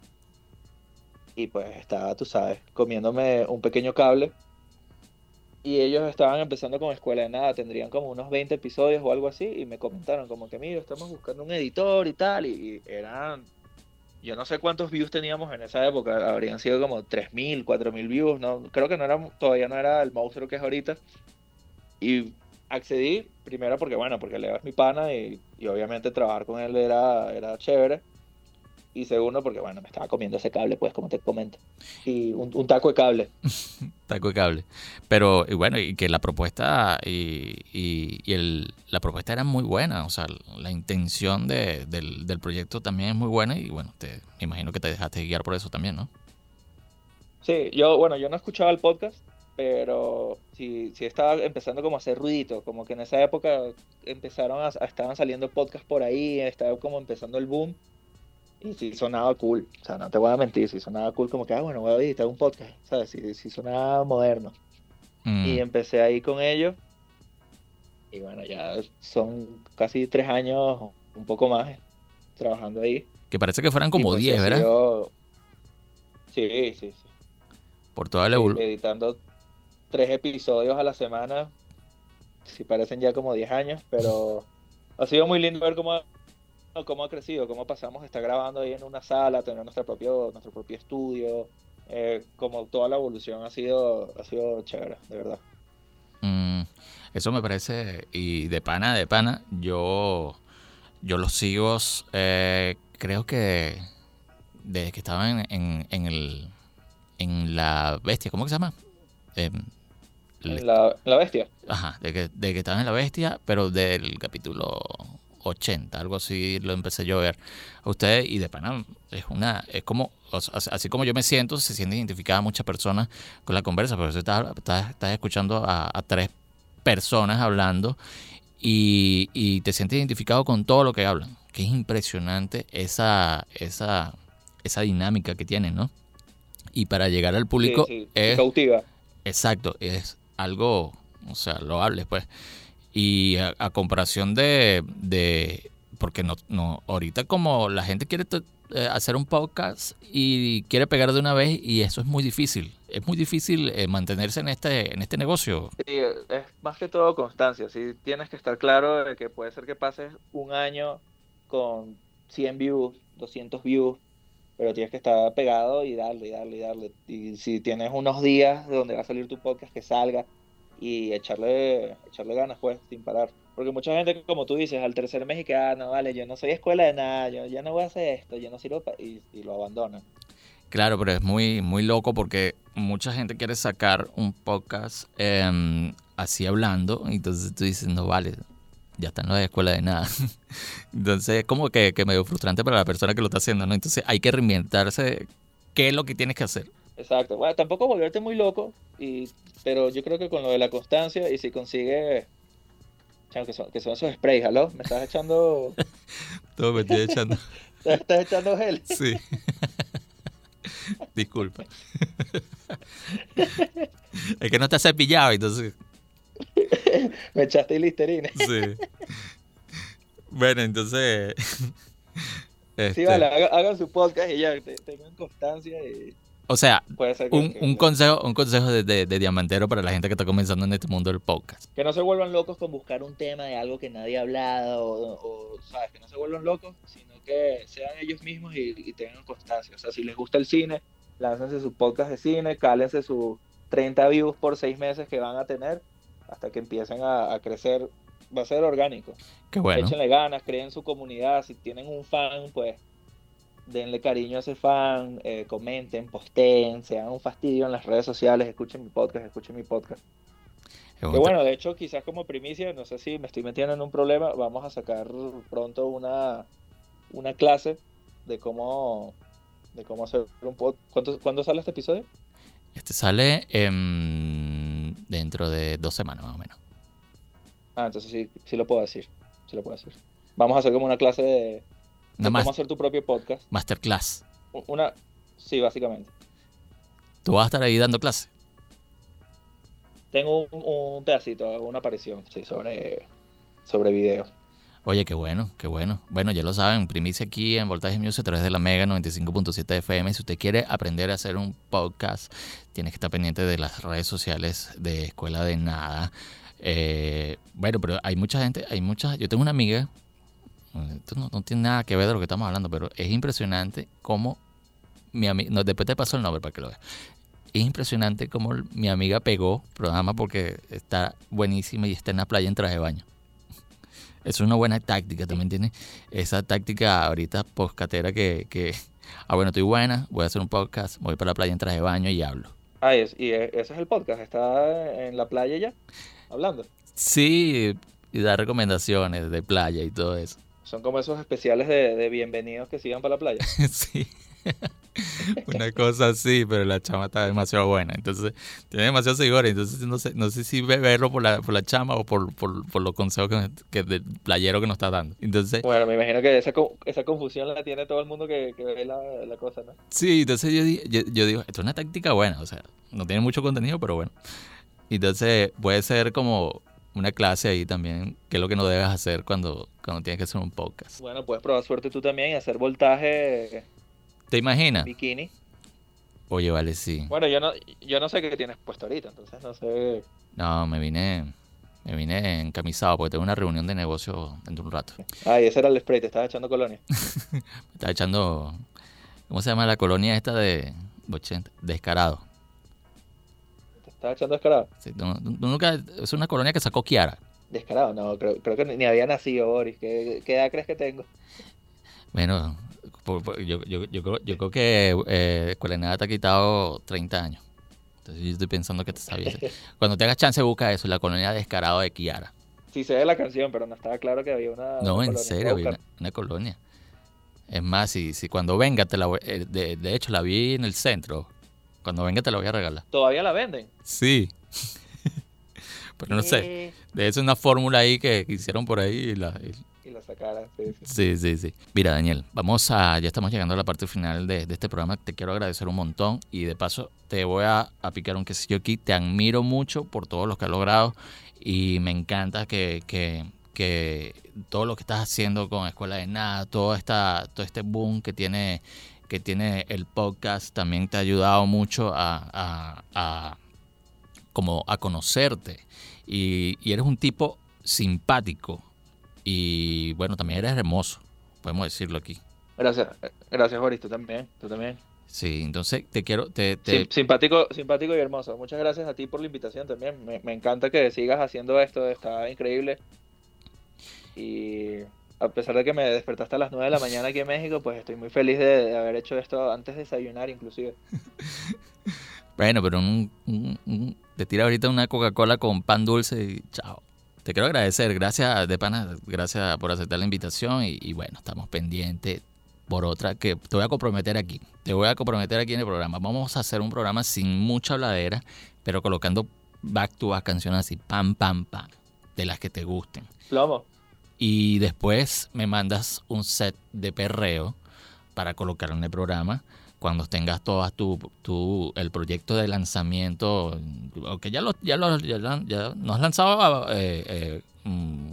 Speaker 3: Y pues estaba, tú sabes, comiéndome un pequeño cable. Y ellos estaban empezando con Escuela de Nada, tendrían como unos veinte episodios o algo así. Y me comentaron como que, mira, estamos buscando un editor y tal. Y, y eran, yo no sé cuántos views teníamos en esa época. Habrían sido como tres mil, cuatro mil views. No, creo que no era, todavía no era el monstruo que es ahorita. Y accedí, primero porque, bueno, porque Leo es mi pana. Y, y obviamente trabajar con él era, era chévere. Y segundo, porque bueno, me estaba comiendo ese cable, pues, como te comento. Y un, un taco de cable.
Speaker 2: Taco de cable. Pero, y bueno, y que la propuesta y, y, y el, la propuesta era muy buena. O sea, la intención de, del, del proyecto también es muy buena. Y bueno, te, me imagino que te dejaste guiar por eso también, ¿no?
Speaker 3: Sí, yo, bueno, yo no escuchaba el podcast, pero sí, sí estaba empezando como a hacer ruidito. Como que en esa época empezaron a, a- estaban saliendo podcasts por ahí, estaba como empezando el boom. Y sí sonaba cool, o sea, no te voy a mentir, sí sonaba cool como que, ah, bueno, voy a editar un podcast, ¿sabes? Sí, sí sonaba moderno. Y
Speaker 2: Mm,
Speaker 3: empecé ahí con ellos, y bueno, ya son casi tres años, un poco más, eh, trabajando ahí.
Speaker 2: que parece que fueran
Speaker 3: Y
Speaker 2: como
Speaker 3: pues sí
Speaker 2: diez,
Speaker 3: ha
Speaker 2: ¿verdad?
Speaker 3: sido, sí, sí, sí,
Speaker 2: Por toda la
Speaker 3: sí,
Speaker 2: evol-
Speaker 3: editando tres episodios a la semana, sí parecen ya como diez años, pero ha sido muy lindo ver cómo, cómo ha crecido, cómo pasamos de estar grabando ahí en una sala, tener nuestra propio, nuestro propio estudio, eh, como toda la evolución ha sido, ha sido chévere, de verdad.
Speaker 2: Mm, eso me parece, y de pana, de pana, yo, yo los sigo, eh, creo que desde que estaban en, en, en el, en La Bestia, ¿cómo que se llama? Em, el-
Speaker 3: En la, en la bestia.
Speaker 2: ajá, de que, de que estaban en La Bestia, pero del capítulo ochenta, algo así lo empecé yo a ver a ustedes y de pana es una, es como, o sea, así como yo me siento, se siente identificada muchas personas con la conversa, pero estás, estás, estás escuchando a, a tres personas hablando y, y te sientes identificado con todo lo que hablan, que es impresionante esa, esa, esa dinámica que tienen, ¿no? Y para llegar al
Speaker 3: Sí,
Speaker 2: público
Speaker 3: sí, y
Speaker 2: es,
Speaker 3: cautiva.
Speaker 2: exacto, es algo, o sea, loable, pues. Y a, a comparación de, de porque no, no, ahorita como la gente quiere t- eh, hacer un podcast y quiere pegar de una vez y eso es muy difícil. Es muy difícil eh, mantenerse en este, en este negocio.
Speaker 3: Sí, es más que todo constancia, sí, tienes que estar claro de que puede ser que pases un año con cien views, doscientos views, pero tienes que estar pegado y darle, y darle, y darle. Y si tienes unos días donde va a salir tu podcast, que salga y echarle, echarle ganas, pues, sin parar. Porque mucha gente, como tú dices, al tercer mes y que, ah, no, vale, yo no soy escuela de nada, yo ya no voy a hacer esto, yo no sirvo para... Y, y lo abandonan.
Speaker 2: Claro, pero es muy, muy loco porque mucha gente quiere sacar un podcast eh, así hablando, y entonces tú dices, no vale, ya está en la escuela de nada. Entonces es como que, que medio frustrante para la persona que lo está haciendo, ¿no? Entonces hay que reinventarse qué es lo que tienes que hacer.
Speaker 3: Exacto. Bueno, tampoco volverte muy loco, y, pero yo creo que con lo de la constancia y si consigues, chamo, que son, que son esos sprays, ¿aló? Me estás echando,
Speaker 2: Todo me estoy echando.
Speaker 3: me estás echando gel.
Speaker 2: Sí. Disculpa. Es que no está cepillado, entonces.
Speaker 3: Me echaste listerina.
Speaker 2: Sí. Bueno, entonces.
Speaker 3: Sí,
Speaker 2: este,
Speaker 3: vale, haga- hagan su podcast y ya, te- tengan constancia y
Speaker 2: O sea,
Speaker 3: puede ser que,
Speaker 2: un,
Speaker 3: que-
Speaker 2: un consejo, un consejo de, de- de diamantero para la gente que está comenzando en este mundo del podcast.
Speaker 3: que no se vuelvan locos con buscar un tema de algo que nadie ha hablado, o, o, ¿sabes? Que no se vuelvan locos, sino que sean ellos mismos y, y tengan constancia. O sea, si les gusta el cine, láncense su podcast de cine, cálense sus treinta views por seis meses que van a tener hasta que empiecen a, a crecer. Va a ser orgánico.
Speaker 2: Qué bueno.
Speaker 3: Échenle ganas, creen su comunidad. Si tienen un fan, pues denle cariño a ese fan, eh, comenten, posteen, sean un fastidio en las redes sociales, escuchen mi podcast, escuchen mi podcast.
Speaker 2: Es
Speaker 3: Que
Speaker 2: un-
Speaker 3: bueno, de hecho, quizás como primicia, no sé si me estoy metiendo en un problema, vamos a sacar pronto una, una clase de cómo, de cómo hacer un podcast. ¿Cuánto, ¿Cuándo sale este episodio?
Speaker 2: Este sale em, dentro de dos semanas más o menos.
Speaker 3: Ah, entonces sí, sí lo puedo decir, sí lo puedo decir. Vamos a hacer como una clase de, de
Speaker 2: Una
Speaker 3: cómo
Speaker 2: mas-
Speaker 3: hacer tu propio podcast.
Speaker 2: masterclass.
Speaker 3: Una, sí, básicamente.
Speaker 2: Tú vas a estar ahí dando clases.
Speaker 3: Tengo un, un pedacito, una aparición, sí, sobre, sobre video.
Speaker 2: Oye, qué bueno, qué bueno. Bueno, ya lo saben, primicia aquí en Voltaje Music a través de la Mega noventa y cinco punto siete F M. Si usted quiere aprender a hacer un podcast, tiene que estar pendiente de las redes sociales de Escuela de Nada. Eh, bueno, pero hay mucha gente, hay muchas. Yo tengo una amiga, esto no, no tiene nada que ver de lo que estamos hablando, pero es impresionante cómo mi amiga, no, después te paso el nombre para que lo veas. Es impresionante cómo mi amiga pegó programa porque está buenísima y está en la playa en traje de baño. Es una buena táctica, también tiene esa táctica ahorita postcatera que, que, ah, bueno, estoy buena, voy a hacer un podcast, voy para la playa en traje de baño y hablo.
Speaker 3: Ah, y, es- y e- ese es el podcast, está en la playa ya, hablando.
Speaker 2: Sí, y dar recomendaciones de playa y todo eso.
Speaker 3: Son como esos especiales de, de bienvenidos que sigan para la playa.
Speaker 2: Sí, una cosa así, pero la chama está demasiado buena. Entonces, tiene demasiados seguidores. Entonces, no sé, no sé si ve- verlo por la, por la chama o por, por, por los consejos que, que del playero que nos está dando. Entonces,
Speaker 3: Bueno, me imagino que esa, co- esa confusión la tiene todo el mundo que, que ve la, la cosa, ¿no?
Speaker 2: sí, entonces yo, di- yo, yo digo, esto es una táctica buena. O sea, no tiene mucho contenido, pero bueno. Entonces, puede ser como una clase ahí también, que es lo que no debes hacer cuando, cuando tienes que hacer un podcast.
Speaker 3: Bueno, puedes probar suerte tú también y hacer voltaje
Speaker 2: ¿Te imaginas?
Speaker 3: bikini.
Speaker 2: Oye, vale, sí.
Speaker 3: Bueno, yo no, yo no sé qué tienes puesto ahorita, entonces no sé.
Speaker 2: No, me vine, me vine encamisado porque tengo una reunión de negocio dentro de un rato.
Speaker 3: Ay, ese era el spray, te estabas echando colonia.
Speaker 2: Me estaba echando, ¿cómo se llama la colonia esta de ochenta? Descarado.
Speaker 3: Te estabas echando descarado.
Speaker 2: Sí, tú no- tú nunca, es una colonia que sacó Kiara.
Speaker 3: Descarado, no, creo, creo que ni, ni había nacido, Boris. ¿Qué, qué edad crees que tengo?
Speaker 2: Bueno, por- por- yo, yo, yo, creo, yo creo que eh, Escuela de Nada te ha quitado treinta años. Entonces yo estoy pensando que te sabías. Cuando tengas chance busca eso, la colonia Descarado de Kiara.
Speaker 3: Sí sé de la canción, pero no estaba claro que había una.
Speaker 2: No,
Speaker 3: una
Speaker 2: en
Speaker 3: colonia.
Speaker 2: serio,
Speaker 3: Voy a
Speaker 2: había
Speaker 3: buscar.
Speaker 2: una, una colonia. Es más, si, si cuando venga, te la voy- eh, de, de hecho la vi en el centro. Cuando venga te la voy a regalar.
Speaker 3: Todavía la venden.
Speaker 2: Sí. Pero no sé.
Speaker 3: Eh,
Speaker 2: De eso es una fórmula ahí que que hicieron por ahí. Y la, y-
Speaker 3: Y la sacaran, sí, sí.
Speaker 2: sí, sí, sí. Mira, Daniel, vamos a. Ya estamos llegando a la parte final de, de este programa. Te quiero agradecer un montón. Y de paso, te voy a, a picar un quesillo aquí. Te admiro mucho por todo lo que has logrado. Y me encanta que, que, que todo lo que estás haciendo con Escuela de Nada, todo, esta, todo este boom que tiene, que tiene el podcast, también te ha ayudado mucho a, a, a como a conocerte. Y, y eres un tipo simpático. Y bueno, también eres hermoso, podemos decirlo aquí.
Speaker 3: Gracias, eh, gracias, Boris, tú también, tú también.
Speaker 2: Sí, entonces te quiero, te, te-
Speaker 3: Sim- simpático, simpático y hermoso. Muchas gracias a ti por la invitación también. Me, me encanta que sigas haciendo esto, está increíble. Y a pesar de que me despertaste a las nueve de la mañana aquí en México, pues estoy muy feliz de, de haber hecho esto antes de desayunar, inclusive.
Speaker 2: bueno, pero un, un- un- te tira ahorita una Coca-Cola con pan dulce y chao. Te quiero agradecer, gracias de pana, gracias por aceptar la invitación y, y bueno, estamos pendientes por otra que te voy a comprometer aquí. Te voy a comprometer aquí en el programa. Vamos a hacer un programa sin mucha habladera, pero colocando back to back canciones así, pam, pam, pam, de las que te gusten.
Speaker 3: Plomo.
Speaker 2: Y después me mandas un set de perreo para colocarlo en el programa cuando tengas todas tu, tu el proyecto de lanzamiento, que ya lo ya lo ya, lo- ya no has lanzado eh, eh, mm,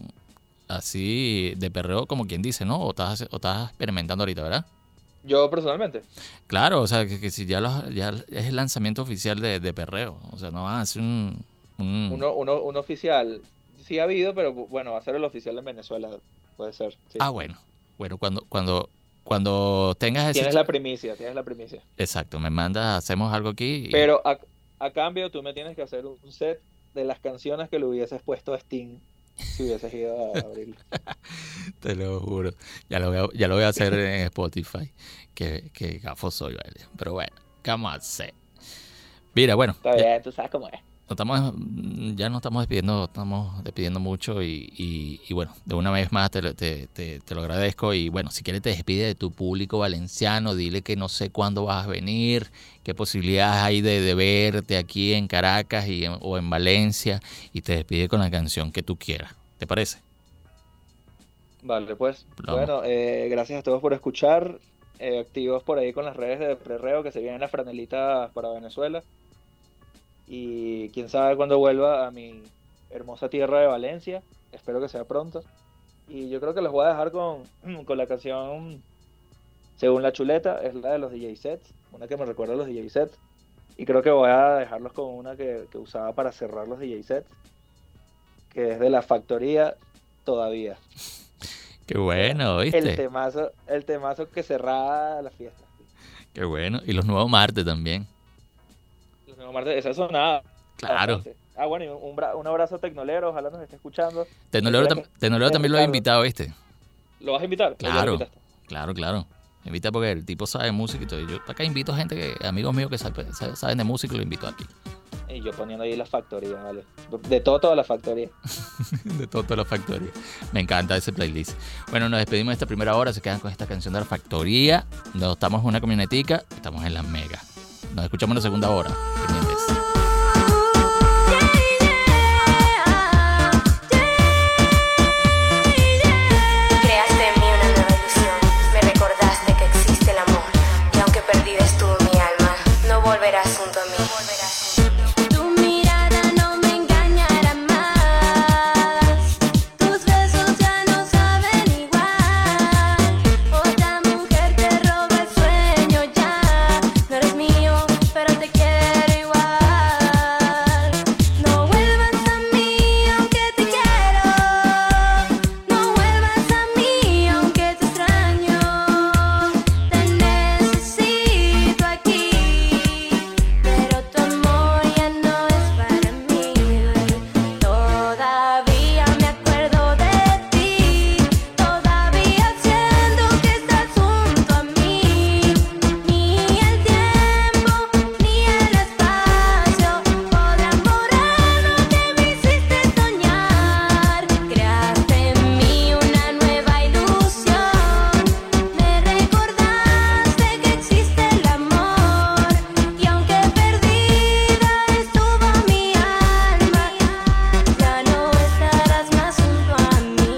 Speaker 2: así de perreo como quien dice, ¿no? O estás o estás experimentando ahorita, ¿verdad?
Speaker 3: Yo personalmente.
Speaker 2: Claro, o sea, que, que si ya lo, ya es el lanzamiento oficial de, de perreo, o sea, no vas a hacer un, un-
Speaker 3: Uno, uno, un oficial. Sí ha habido, pero bueno, va a ser el oficial en Venezuela. Puede ser. Sí.
Speaker 2: Ah, bueno. Bueno, cuando cuando cuando tengas ese
Speaker 3: Tienes la primicia, tienes la primicia.
Speaker 2: exacto, me mandas, hacemos algo aquí. y-
Speaker 3: Pero a, a cambio tú me tienes que hacer un set de las canciones que le hubieses puesto a Sting si hubieses ido a abrirlo.
Speaker 2: Te lo juro. Ya lo voy a, ya lo voy a hacer en Spotify. Que, que gafo soy, ¿vale? Pero bueno, ¿qué vamos a hacer? Mira, bueno,
Speaker 3: Está
Speaker 2: ya,
Speaker 3: bien, tú sabes cómo es.
Speaker 2: nos estamos, ya nos estamos despidiendo, estamos despidiendo mucho y, y- y bueno, de una vez más te, lo- te, te- te lo agradezco y bueno, si quieres te despide de tu público valenciano, dile que no sé cuándo vas a venir, qué posibilidades hay de, de verte aquí en Caracas y en- o en Valencia y te despide con la canción que tú quieras, ¿te parece?
Speaker 3: Vale, pues.
Speaker 2: Plomo.
Speaker 3: Bueno, eh, gracias a todos por escuchar. Eh, activos por ahí con las redes de Prerreo, que se vienen las franelitas para Venezuela. Y quién sabe cuándo vuelva a mi hermosa tierra de Valencia. Espero que sea pronto. Y yo creo que los voy a dejar con, con la canción Según la Chuleta, es la de los D J sets, una que me recuerda a los D J sets. Y creo que voy a dejarlos con una que, que usaba para cerrar los D J sets, que es de La Factoría Todavía.
Speaker 2: Qué bueno,
Speaker 3: El
Speaker 2: ¿viste?
Speaker 3: temazo, el temazo que cerraba la fiesta.
Speaker 2: Qué bueno. Y los nuevos martes también.
Speaker 3: Los nuevos martes, esa sonaba.
Speaker 2: Claro.
Speaker 3: bastante. Ah, bueno, y un, bra- un abrazo a Tecnolero, ojalá nos esté escuchando.
Speaker 2: Tecnolero, tam- Tecnolero también lo he invitado, ¿viste?
Speaker 3: ¿Lo vas a invitar? ¿O ya lo
Speaker 2: Claro,
Speaker 3: invitaste?
Speaker 2: claro, claro. Me invita porque el tipo sabe de música y todo. Y yo acá invito a gente, que amigos míos que sabe- sabe- saben de música y lo invito aquí.
Speaker 3: Y yo poniendo ahí la factoría, ¿vale? De todo, toda la factoría.
Speaker 2: De todo, toda la factoría. Me encanta ese playlist. Bueno, nos despedimos de esta primera hora. Se quedan con esta canción de la factoría. Nos estamos en una camionetica. Estamos en la Mega. Nos escuchamos en la segunda hora. Pendientes.
Speaker 8: Creaste en mí una nueva ilusión, me recordaste que existe el amor, y aunque perdida estuvo mi alma, no volverás junto a mí. Tu mirada no me engañará más, tus besos ya no saben igual, otra mujer te roba el sueño ya, no eres mío, pero te quiero igual. No vuelvas a mí aunque te quiero, no vuelvas a mí aunque te extraño, te necesito aquí, pero tu amor ya no es para mí. Todavía me acuerdo de ti, todavía siento que estás junto a mí. Ni el tiempo ni el espacio podrán borrar lo que me hiciste soñar. Creaste en mí una nueva ilusión, me recordaste que existe el amor, y aunque perdida estuvo mi alma, ya no estarás más junto a mí.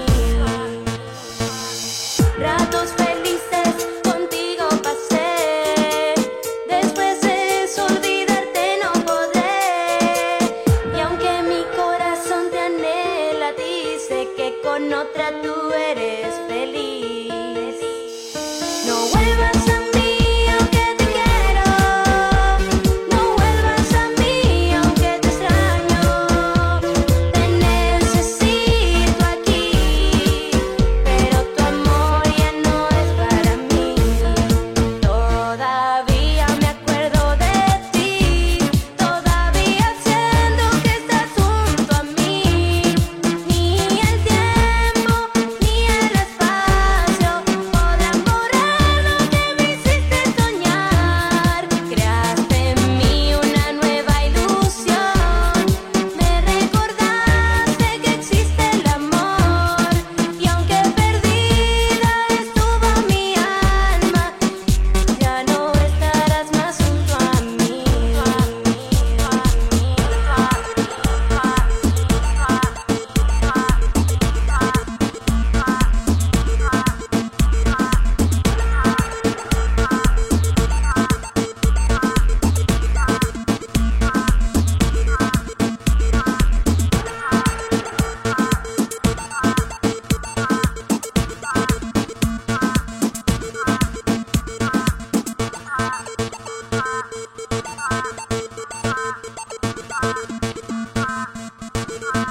Speaker 8: Ratos felices contigo pasé, después de eso olvidarte no podré, y aunque mi corazón te anhela, dice que con otra tú eres feliz. No vuelvas a mí aunque te quiero, no vuelvas a mí aunque te extraño, te necesito aquí, pero tu amor ya no es para mí. Todavía me acuerdo de ti, todavía siento que estás junto a mí. Ni el tiempo ni el espacio podrán borrar lo que me hiciste soñar. Creaste en mí una nueva ilusión, me recordaste que existe el amor, y aunque perdida estuvo mi alma, ya no estarás más junto a mí.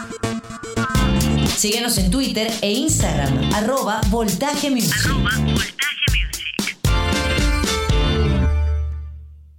Speaker 1: Síguenos en Twitter e Instagram, arroba Voltaje Music.